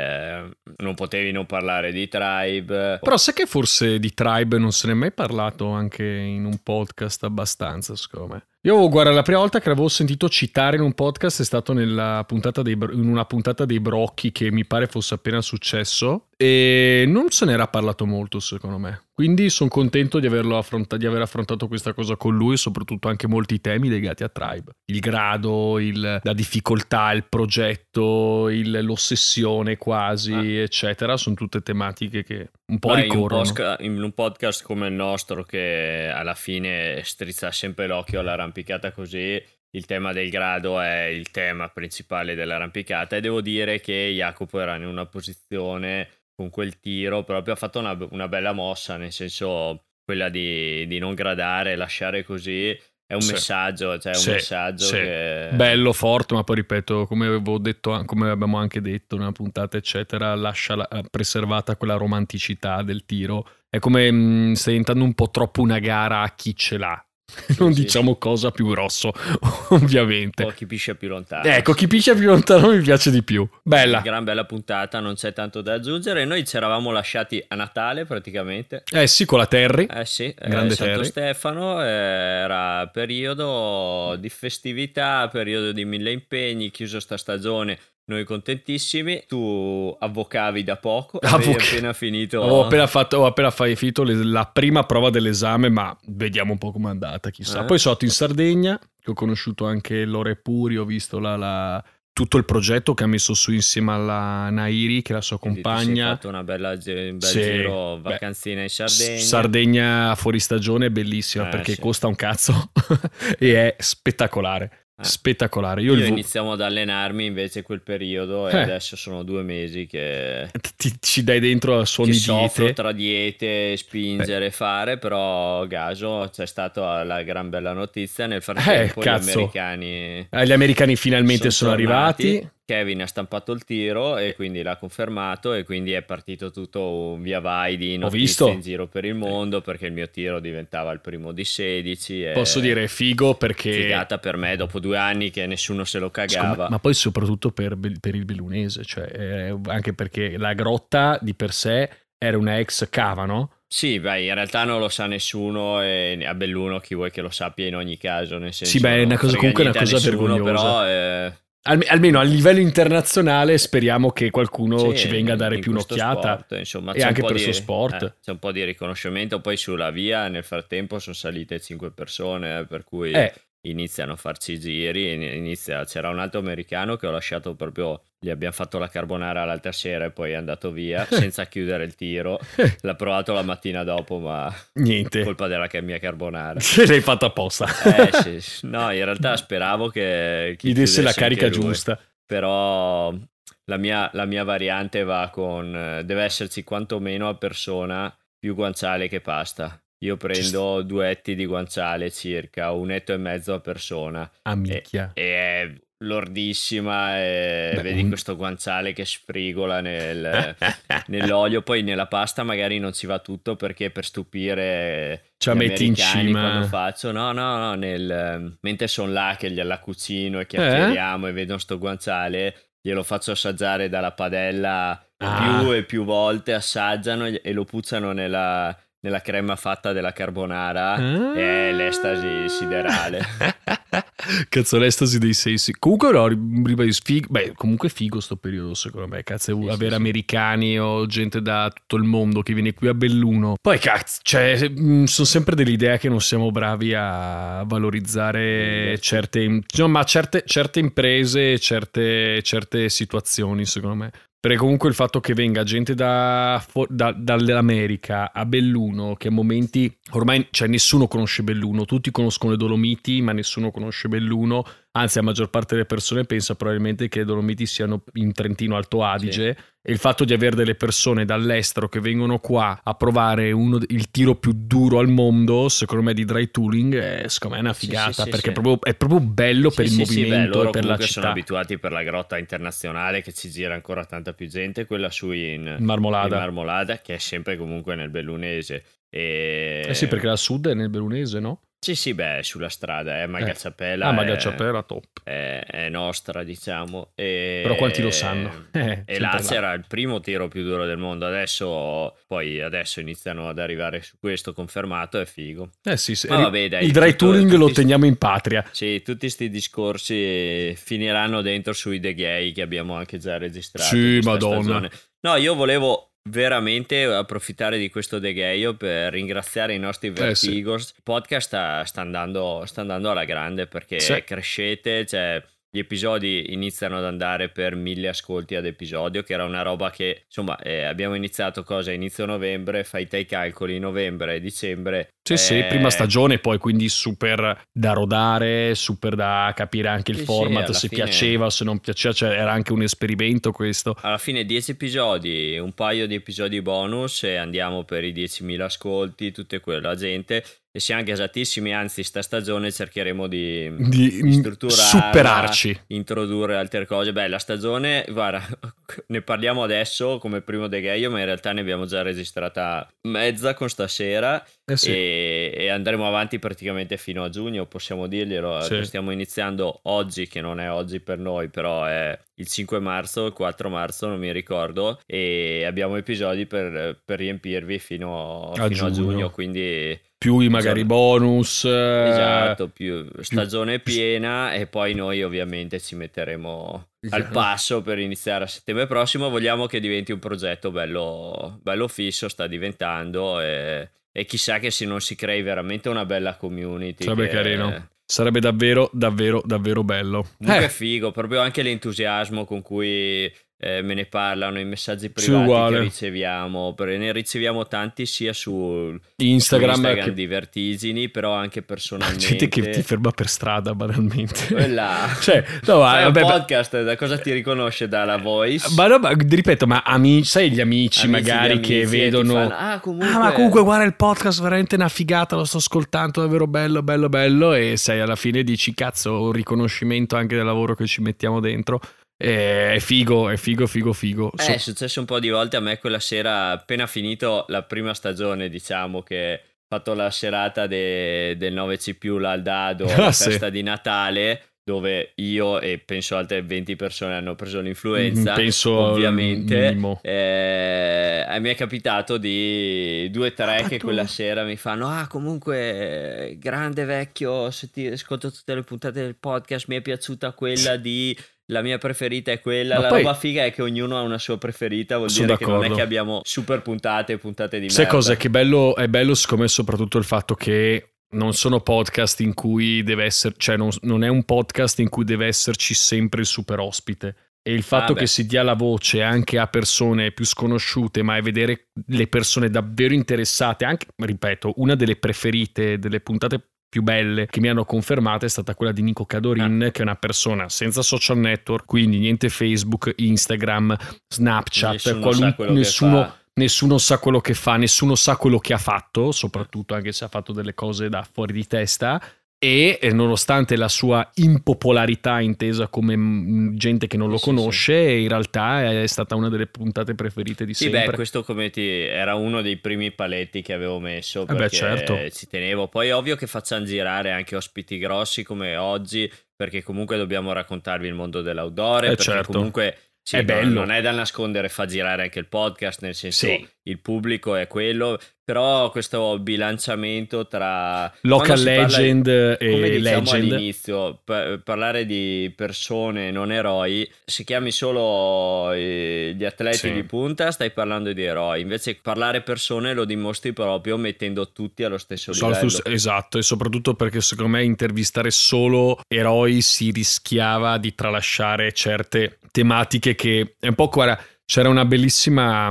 Non potevi non parlare di Tribe. Però sai che forse di Tribe non se ne è mai parlato anche in un podcast abbastanza, secondo me. Io, guarda, la prima volta che l'avevo sentito citare in un podcast è stato in una puntata dei Brocchi, che mi pare fosse appena successo, e non se n'era parlato molto, secondo me. Quindi sono contento di aver affrontato questa cosa con lui, e soprattutto anche molti temi legati a Tribe. Il grado, la difficoltà, il progetto, l'ossessione quasi, eccetera. Sono tutte tematiche che un po' ricorrono. In un podcast come il nostro, che alla fine strizza sempre l'occhio all'arrampicata così, il tema del grado è il tema principale dell'arrampicata, e devo dire che Jacopo era in una posizione con quel tiro, proprio ha fatto una bella mossa, nel senso quella di non gradare, lasciare così. È un messaggio, che... bello, forte, ma poi ripeto, come avevo detto, come abbiamo anche detto nella puntata eccetera, lascia preservata quella romanticità del tiro. È come sta diventando un po' troppo una gara a chi ce l'ha. Non diciamo cosa più grosso, ovviamente. Chi piscia più lontano. Ecco, chi piscia più lontano mi piace di più. Bella. Gran bella puntata, non c'è tanto da aggiungere. Noi ci eravamo lasciati a Natale praticamente. Sì, con la Terry. Grande Santo Terry. Stefano, era periodo di festività, periodo di 1000 impegni, chiuso sta stagione. Noi contentissimi. Tu avvocavi da poco, avevi appena finito. Ho appena finito la prima prova dell'esame, ma vediamo un po' com'è andata, chissà. Poi sono stato in Sardegna, che ho conosciuto anche Lore Puri, ho visto tutto il progetto che ha messo su insieme alla Nairi, che è la sua compagna. Hai fatto una bella giro, vacanzina in Sardegna. Sardegna fuori stagione è bellissima, perché costa un cazzo e è spettacolare. Spettacolare. Io iniziamo ad allenarmi invece quel periodo e adesso sono 2 mesi che ci dai dentro a suoni diete. Soffro tra diete, spingere, fare, però gaso, c'è stata la gran bella notizia nel frattempo gli americani finalmente sono arrivati. Kevin ha stampato il tiro e quindi l'ha confermato, e quindi è partito tutto un via vai di notizie in giro per il mondo, perché il mio tiro diventava il primo di 16. Posso dire figo, perché figata per me dopo 2 anni che nessuno se lo cagava. Ma poi soprattutto per il bellunese, cioè anche perché la grotta di per sé era una ex cava, no? Sì, in realtà non lo sa nessuno, e a Belluno chi vuoi che lo sappia in ogni caso, nel senso, sì, è una cosa, comunque è una cosa vergognosa, però almeno a livello internazionale speriamo che qualcuno ci venga a dare più un'occhiata, sport, insomma, e anche per il suo sport. C'è un po' di riconoscimento. Poi sulla via nel frattempo sono salite 5 persone, per cui iniziano a farci giri, c'era un altro americano che ho lasciato proprio, gli abbiamo fatto la carbonara l'altra sera e poi è andato via senza chiudere il tiro. L'ha provato la mattina dopo, ma niente, colpa della mia carbonara. Ce l'hai fatta apposta. Sì. No, in realtà speravo che gli desse la carica giusta, però la mia variante va con deve esserci quantomeno a persona più guanciale che pasta. io prendo 2 etti di guanciale circa, 1,5 etti a persona. Minchia. E è lordissima, e vedi questo guanciale che sfrigola nell'olio. Poi nella pasta magari non ci va tutto, perché per stupire gli metti in cima quando faccio mentre sono là che gliela cucino e chiacchieriamo e vedono sto guanciale, glielo faccio assaggiare dalla padella più e più volte, assaggiano e lo puzzano nella crema fatta della carbonara. È l'estasi siderale. Cazzo, l'estasi dei sensi. Comunque comunque figo sto periodo, secondo me. Cazzo, avere americani o gente da tutto il mondo che viene qui a Belluno. Poi cazzo, sono sempre dell'idea che non siamo bravi a valorizzare certe imprese, certe situazioni, secondo me. Perché comunque il fatto che venga gente dall'America a Belluno, che a momenti ormai nessuno conosce Belluno, tutti conoscono le Dolomiti, ma nessuno conosce Belluno. Anzi, la maggior parte delle persone pensa probabilmente che le Dolomiti siano in Trentino Alto Adige. Sì. E il fatto di avere delle persone dall'estero che vengono qua a provare il tiro più duro al mondo, secondo me, di dry tooling, secondo me è una figata, perché è proprio bello per il movimento e per la città. Sono abituati per la grotta internazionale, che ci gira ancora tanta più gente, quella su in Marmolada, che è sempre comunque nel bellunese. Sì, perché la sud è nel bellunese, no? Sì, sulla strada, Magacciapella. Magacciapella, top. È nostra, diciamo. Però quanti lo sanno? E là c'era il primo tiro più duro del mondo. Adesso iniziano ad arrivare su questo confermato, è figo. Sì. Ma vabbè, dai, il dry touring lo teniamo in patria. Sì, tutti sti discorsi finiranno dentro sui The Gay, che abbiamo anche già registrato. Sì, madonna. Stagione. No, io volevo veramente approfittare di questo degaio per ringraziare i nostri Vertigos. Il podcast sta andando alla grande, perché crescete, gli episodi iniziano ad andare per 1000 ascolti ad episodio, che era una roba che insomma abbiamo iniziato a inizio novembre, fai te i calcoli, novembre e dicembre. Sì, prima stagione, poi quindi super da rodare, super da capire anche il format, se piaceva, se non piaceva, era anche un esperimento questo. Alla fine 10 episodi, un paio di episodi bonus e andiamo per i 10.000 ascolti, tutte quella gente. E siamo gasatissimi, anzi sta stagione cercheremo di strutturare, superarci, introdurre altre cose. La stagione, guarda, ne parliamo adesso come primo degaio, ma in realtà ne abbiamo già registrata mezza con stasera. E andremo avanti praticamente fino a giugno, possiamo dirglielo. Stiamo iniziando oggi, che non è oggi per noi, però è il 5 marzo, il 4 marzo, non mi ricordo, e abbiamo episodi per riempirvi fino a giugno, quindi più i magari bonus, esatto, più stagione piena, e poi noi ovviamente ci metteremo al passo per iniziare a settembre prossimo. Vogliamo che diventi un progetto bello fisso, sta diventando, e chissà che se non si crei veramente una bella community. Sarebbe carino. Sarebbe davvero, davvero, davvero bello. Comunque è figo, proprio anche l'entusiasmo con cui me ne parlano, i messaggi privati che riceviamo, perché ne riceviamo tanti sia su Instagram che di Vertigini, però anche personalmente. Gente che ti ferma per strada banalmente. Quella. Un podcast, da cosa ti riconosce? Dalla voice? Ma ripeto, ma sai gli amici magari che vedono ma comunque guarda il podcast, veramente una figata, lo sto ascoltando, davvero bello, e sai, alla fine dici cazzo, un riconoscimento anche del lavoro che ci mettiamo dentro. È figo. È successo un po' di volte a me quella sera, appena finito la prima stagione, diciamo, che ho fatto la serata del 9C+, là al dado, la festa di Natale, dove io e penso altre 20 persone hanno preso l'influenza, ovviamente. Mi è capitato di 2-3 che quella sera mi fanno comunque grande vecchio, se ti ascolto tutte le puntate del podcast, mi è piaciuta quella di la mia preferita è quella. La roba figa è che ognuno ha una sua preferita, vuol dire che non è che abbiamo super puntate di merda. Sai cosa? Che è bello secondo me soprattutto il fatto che non sono podcast in cui deve essere, non è un podcast in cui deve esserci sempre il super ospite. E il fatto che si dia la voce anche a persone più sconosciute, ma è vedere le persone davvero interessate, anche, ripeto, una delle preferite, delle puntate più belle che mi hanno confermato è stata quella di Nico Cadorin, che è una persona senza social network, quindi niente Facebook, Instagram, Snapchat, nessuno nessuno sa quello che fa, nessuno sa quello che ha fatto, soprattutto anche se ha fatto delle cose da fuori di testa. E nonostante la sua impopolarità intesa come gente che non lo conosce, in realtà è stata una delle puntate preferite di sempre. Beh, questo era uno dei primi paletti che avevo messo, perché certo. ci tenevo. Poi è ovvio che facciamo girare anche ospiti grossi come oggi, perché comunque dobbiamo raccontarvi il mondo dell'outdoor, perché certo. comunque è bello. Non è da nascondere, fa girare anche il podcast, nel senso il pubblico è quello, però questo bilanciamento tra local legend e come diciamo legend all'inizio, parlare di persone non eroi, se chiami solo gli atleti di punta stai parlando di eroi, invece parlare persone lo dimostri proprio mettendo tutti allo stesso livello. Esatto, e soprattutto perché secondo me intervistare solo eroi si rischiava di tralasciare certe tematiche che è un po' c'era una bellissima,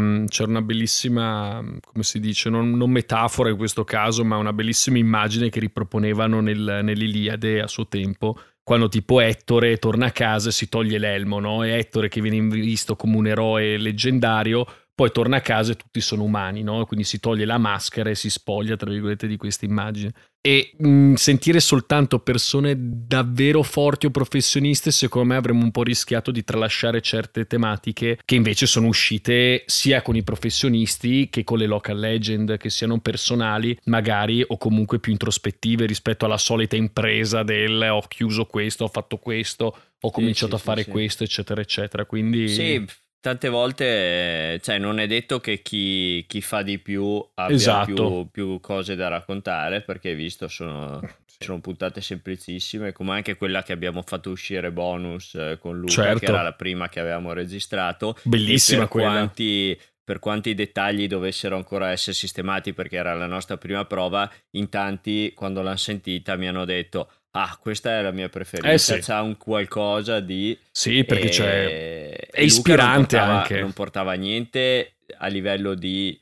come si dice, non metafora in questo caso, ma una bellissima immagine che riproponevano nell'Iliade a suo tempo, quando tipo Ettore torna a casa e si toglie l'elmo, no? E Ettore, che viene visto come un eroe leggendario, poi torna a casa e tutti sono umani, no? Quindi si toglie la maschera e si spoglia, tra virgolette, di questa immagine. E sentire soltanto persone davvero forti o professioniste, secondo me avremmo un po' rischiato di tralasciare certe tematiche che invece sono uscite sia con i professionisti che con le local legend, che siano personali magari o comunque più introspettive rispetto alla solita impresa del ho chiuso questo, ho fatto questo, ho cominciato a fare questo, eccetera eccetera. Quindi sì, tante volte non è detto che chi fa di più abbia più cose da raccontare, perché hai visto sono puntate semplicissime, come anche quella che abbiamo fatto uscire bonus con Luca, che era la prima che avevamo registrato. Bellissima quella. Per quanti dettagli dovessero ancora essere sistemati, perché era la nostra prima prova, in tanti quando l'hanno sentita mi hanno detto questa è la mia preferita, c'ha un qualcosa di... Sì, perché è ispirante anche. Non portava niente a livello di...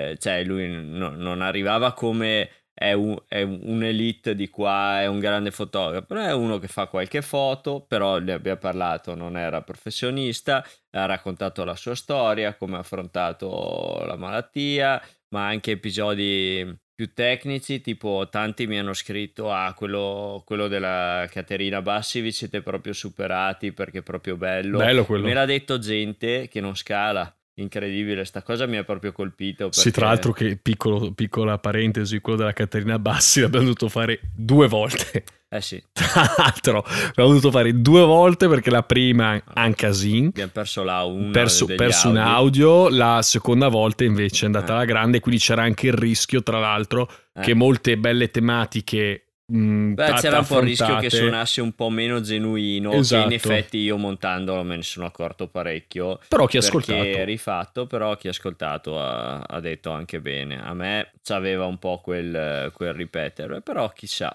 lui non arrivava come è un'elite di qua, è un grande fotografo, è uno che fa qualche foto, però ne abbiamo parlato, non era professionista, ha raccontato la sua storia, come ha affrontato la malattia, ma anche episodi più tecnici, tipo tanti mi hanno scritto quello della Caterina Bassi vi siete proprio superati perché è proprio bello quello. Me l'ha detto gente che non scala, incredibile, sta cosa mi ha proprio colpito perché... Sì, tra l'altro, che piccola parentesi, quello della Caterina Bassi l'abbiamo dovuto fare 2 volte. Sì. Tra l'altro l'abbiamo dovuto fare 2 volte perché la prima un casino, abbiamo perso perso un audio, la seconda volta invece è andata alla grande, quindi c'era anche il rischio, tra l'altro, che molte belle tematiche c'era un po' il rischio che suonasse un po' meno genuino, che in effetti io montandolo me ne sono accorto parecchio, però chi ha ascoltato è rifatto, però chi ha ascoltato ha detto anche bene. A me c'aveva un po' quel ripetere, però chissà.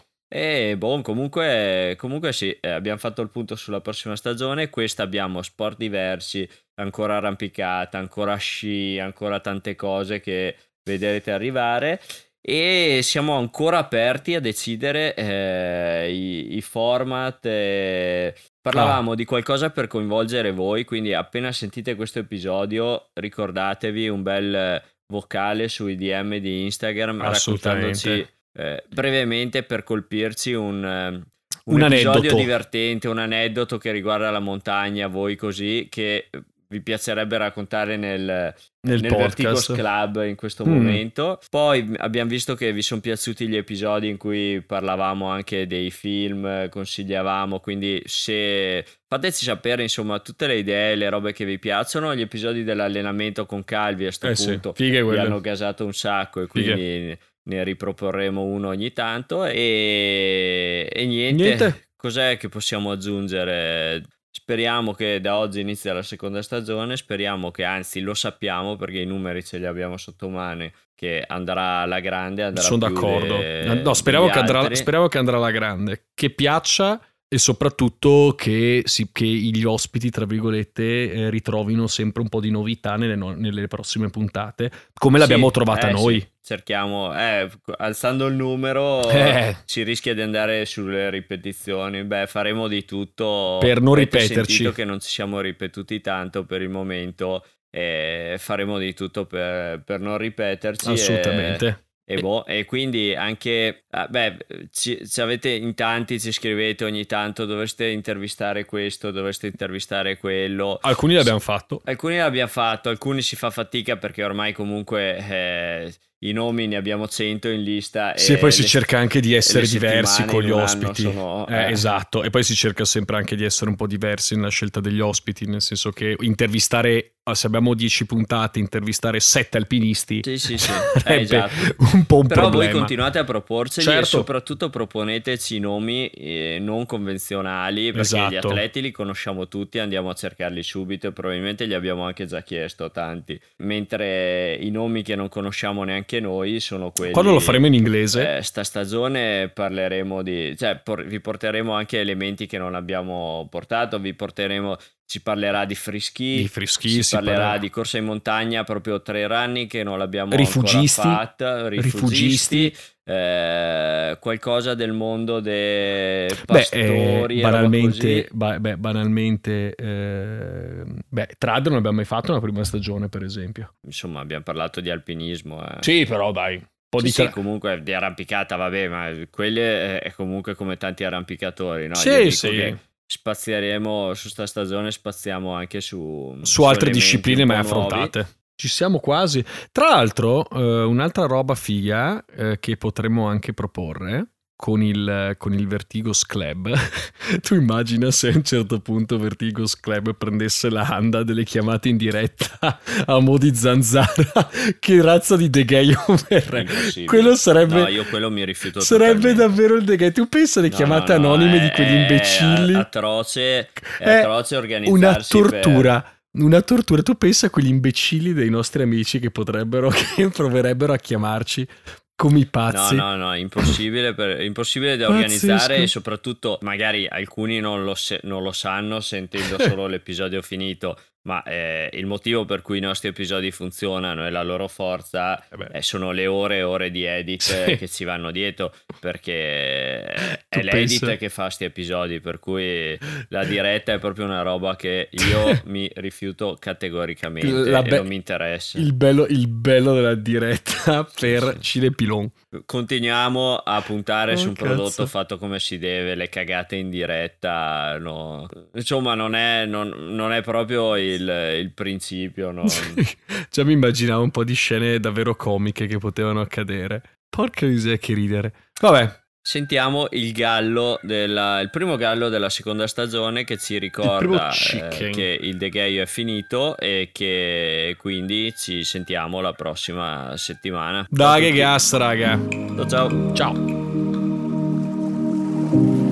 E comunque sì, abbiamo fatto il punto sulla prossima stagione. Questa abbiamo sport diversi, ancora arrampicata, ancora sci, ancora tante cose che vedrete arrivare, e siamo ancora aperti a decidere i format. Parlavamo di qualcosa per coinvolgere voi, quindi appena sentite questo episodio ricordatevi un bel vocale sui DM di Instagram raccontandoci brevemente, per colpirci un episodio divertente, un aneddoto che riguarda la montagna, voi così, che vi piacerebbe raccontare nel Verticos Club in questo momento. Poi abbiamo visto che vi sono piaciuti gli episodi in cui parlavamo anche dei film, consigliavamo, quindi se fateci sapere insomma tutte le idee, le robe che vi piacciono. Gli episodi dell'allenamento con Calvi a sto punto vi hanno gasato un sacco, e quindi ne riproporremo uno ogni tanto. E niente. Cos'è che possiamo aggiungere? Speriamo che da oggi inizia la seconda stagione, speriamo che, anzi lo sappiamo perché i numeri ce li abbiamo sotto mano, che andrà alla grande. Sono d'accordo. Speriamo che andrà alla grande, che piaccia, e soprattutto che gli ospiti, tra virgolette, ritrovino sempre un po' di novità nelle prossime puntate, come l'abbiamo trovata noi. Cerchiamo, alzando il numero ci rischia di andare sulle ripetizioni. Faremo di tutto per non ripeterci. Sentito che non ci siamo ripetuti tanto per il momento, e faremo di tutto per non ripeterci. Assolutamente. E quindi anche ci avete in tanti, ci scrivete ogni tanto, dovreste intervistare questo, dovreste intervistare quello. Alcuni l'abbiamo fatto, alcuni si fa fatica perché ormai comunque i nomi ne abbiamo 100 in lista. Sì, e poi si cerca anche di essere diversi con gli ospiti. Esatto, e poi si cerca sempre anche di essere un po' diversi nella scelta degli ospiti, nel senso che intervistare, se abbiamo 10 puntate, intervistare 7 alpinisti sì. esatto. un Però problema. voi continuate a proporceli, certo. E soprattutto proponeteci nomi non convenzionali, perché esatto. Gli atleti li conosciamo tutti, andiamo a cercarli subito e probabilmente gli abbiamo anche già chiesto a tanti, mentre i nomi che non conosciamo neanche noi sono quelli. Quando lo faremo in inglese, sta stagione parleremo vi porteremo anche elementi che non abbiamo portato, ci parlerà di free ski, si parlerà di corsa in montagna, proprio trail running che non l'abbiamo ancora fatta, rifugisti. Qualcosa del mondo dei pastori. Banalmente trad non abbiamo mai fatto una prima stagione, per esempio. Insomma, abbiamo parlato di alpinismo. Sì, però dai. Sì, comunque di arrampicata, vabbè, ma quelle è comunque come tanti arrampicatori, no? Sì. Spazieremo su sta stagione, spaziamo anche su altre discipline mai affrontate. Ci siamo quasi. Tra l'altro, un'altra roba figa che potremmo anche proporre con il Vertigos Club. Tu immagina se a un certo punto Vertigos Club prendesse la Honda delle chiamate in diretta a mo' di zanzara. Che razza di degheio verrebbe? Quello sarebbe. No, io quello mi rifiuto. Sarebbe davvero il degheio. Tu pensa alle chiamate anonime di quegli imbecilli? È atroce organizzarsi. Una tortura. Una tortura. Tu pensa a quegli imbecilli dei nostri amici che proverebbero a chiamarci come i pazzi. No, impossibile da organizzare, e soprattutto magari alcuni non lo sanno sentendo solo l'episodio finito, ma il motivo per cui i nostri episodi funzionano e la loro forza sono le ore e ore di edit che ci vanno dietro, perché è l'edit che fa sti episodi, per cui la diretta è proprio una roba che io mi rifiuto categoricamente e non mi interessa. Il bello della diretta per Cinepilon. Continuiamo a puntare su un prodotto fatto come si deve, le cagate in diretta, no. Insomma non è proprio il principio, no? Già mi immaginavo un po' di scene davvero comiche che potevano accadere. Porca miseria, che ridere. Vabbè. Sentiamo il primo gallo della seconda stagione, che ci ricorda che il degheio è finito e che quindi ci sentiamo la prossima settimana. Dai, che gas, raga. Ciao. Ciao.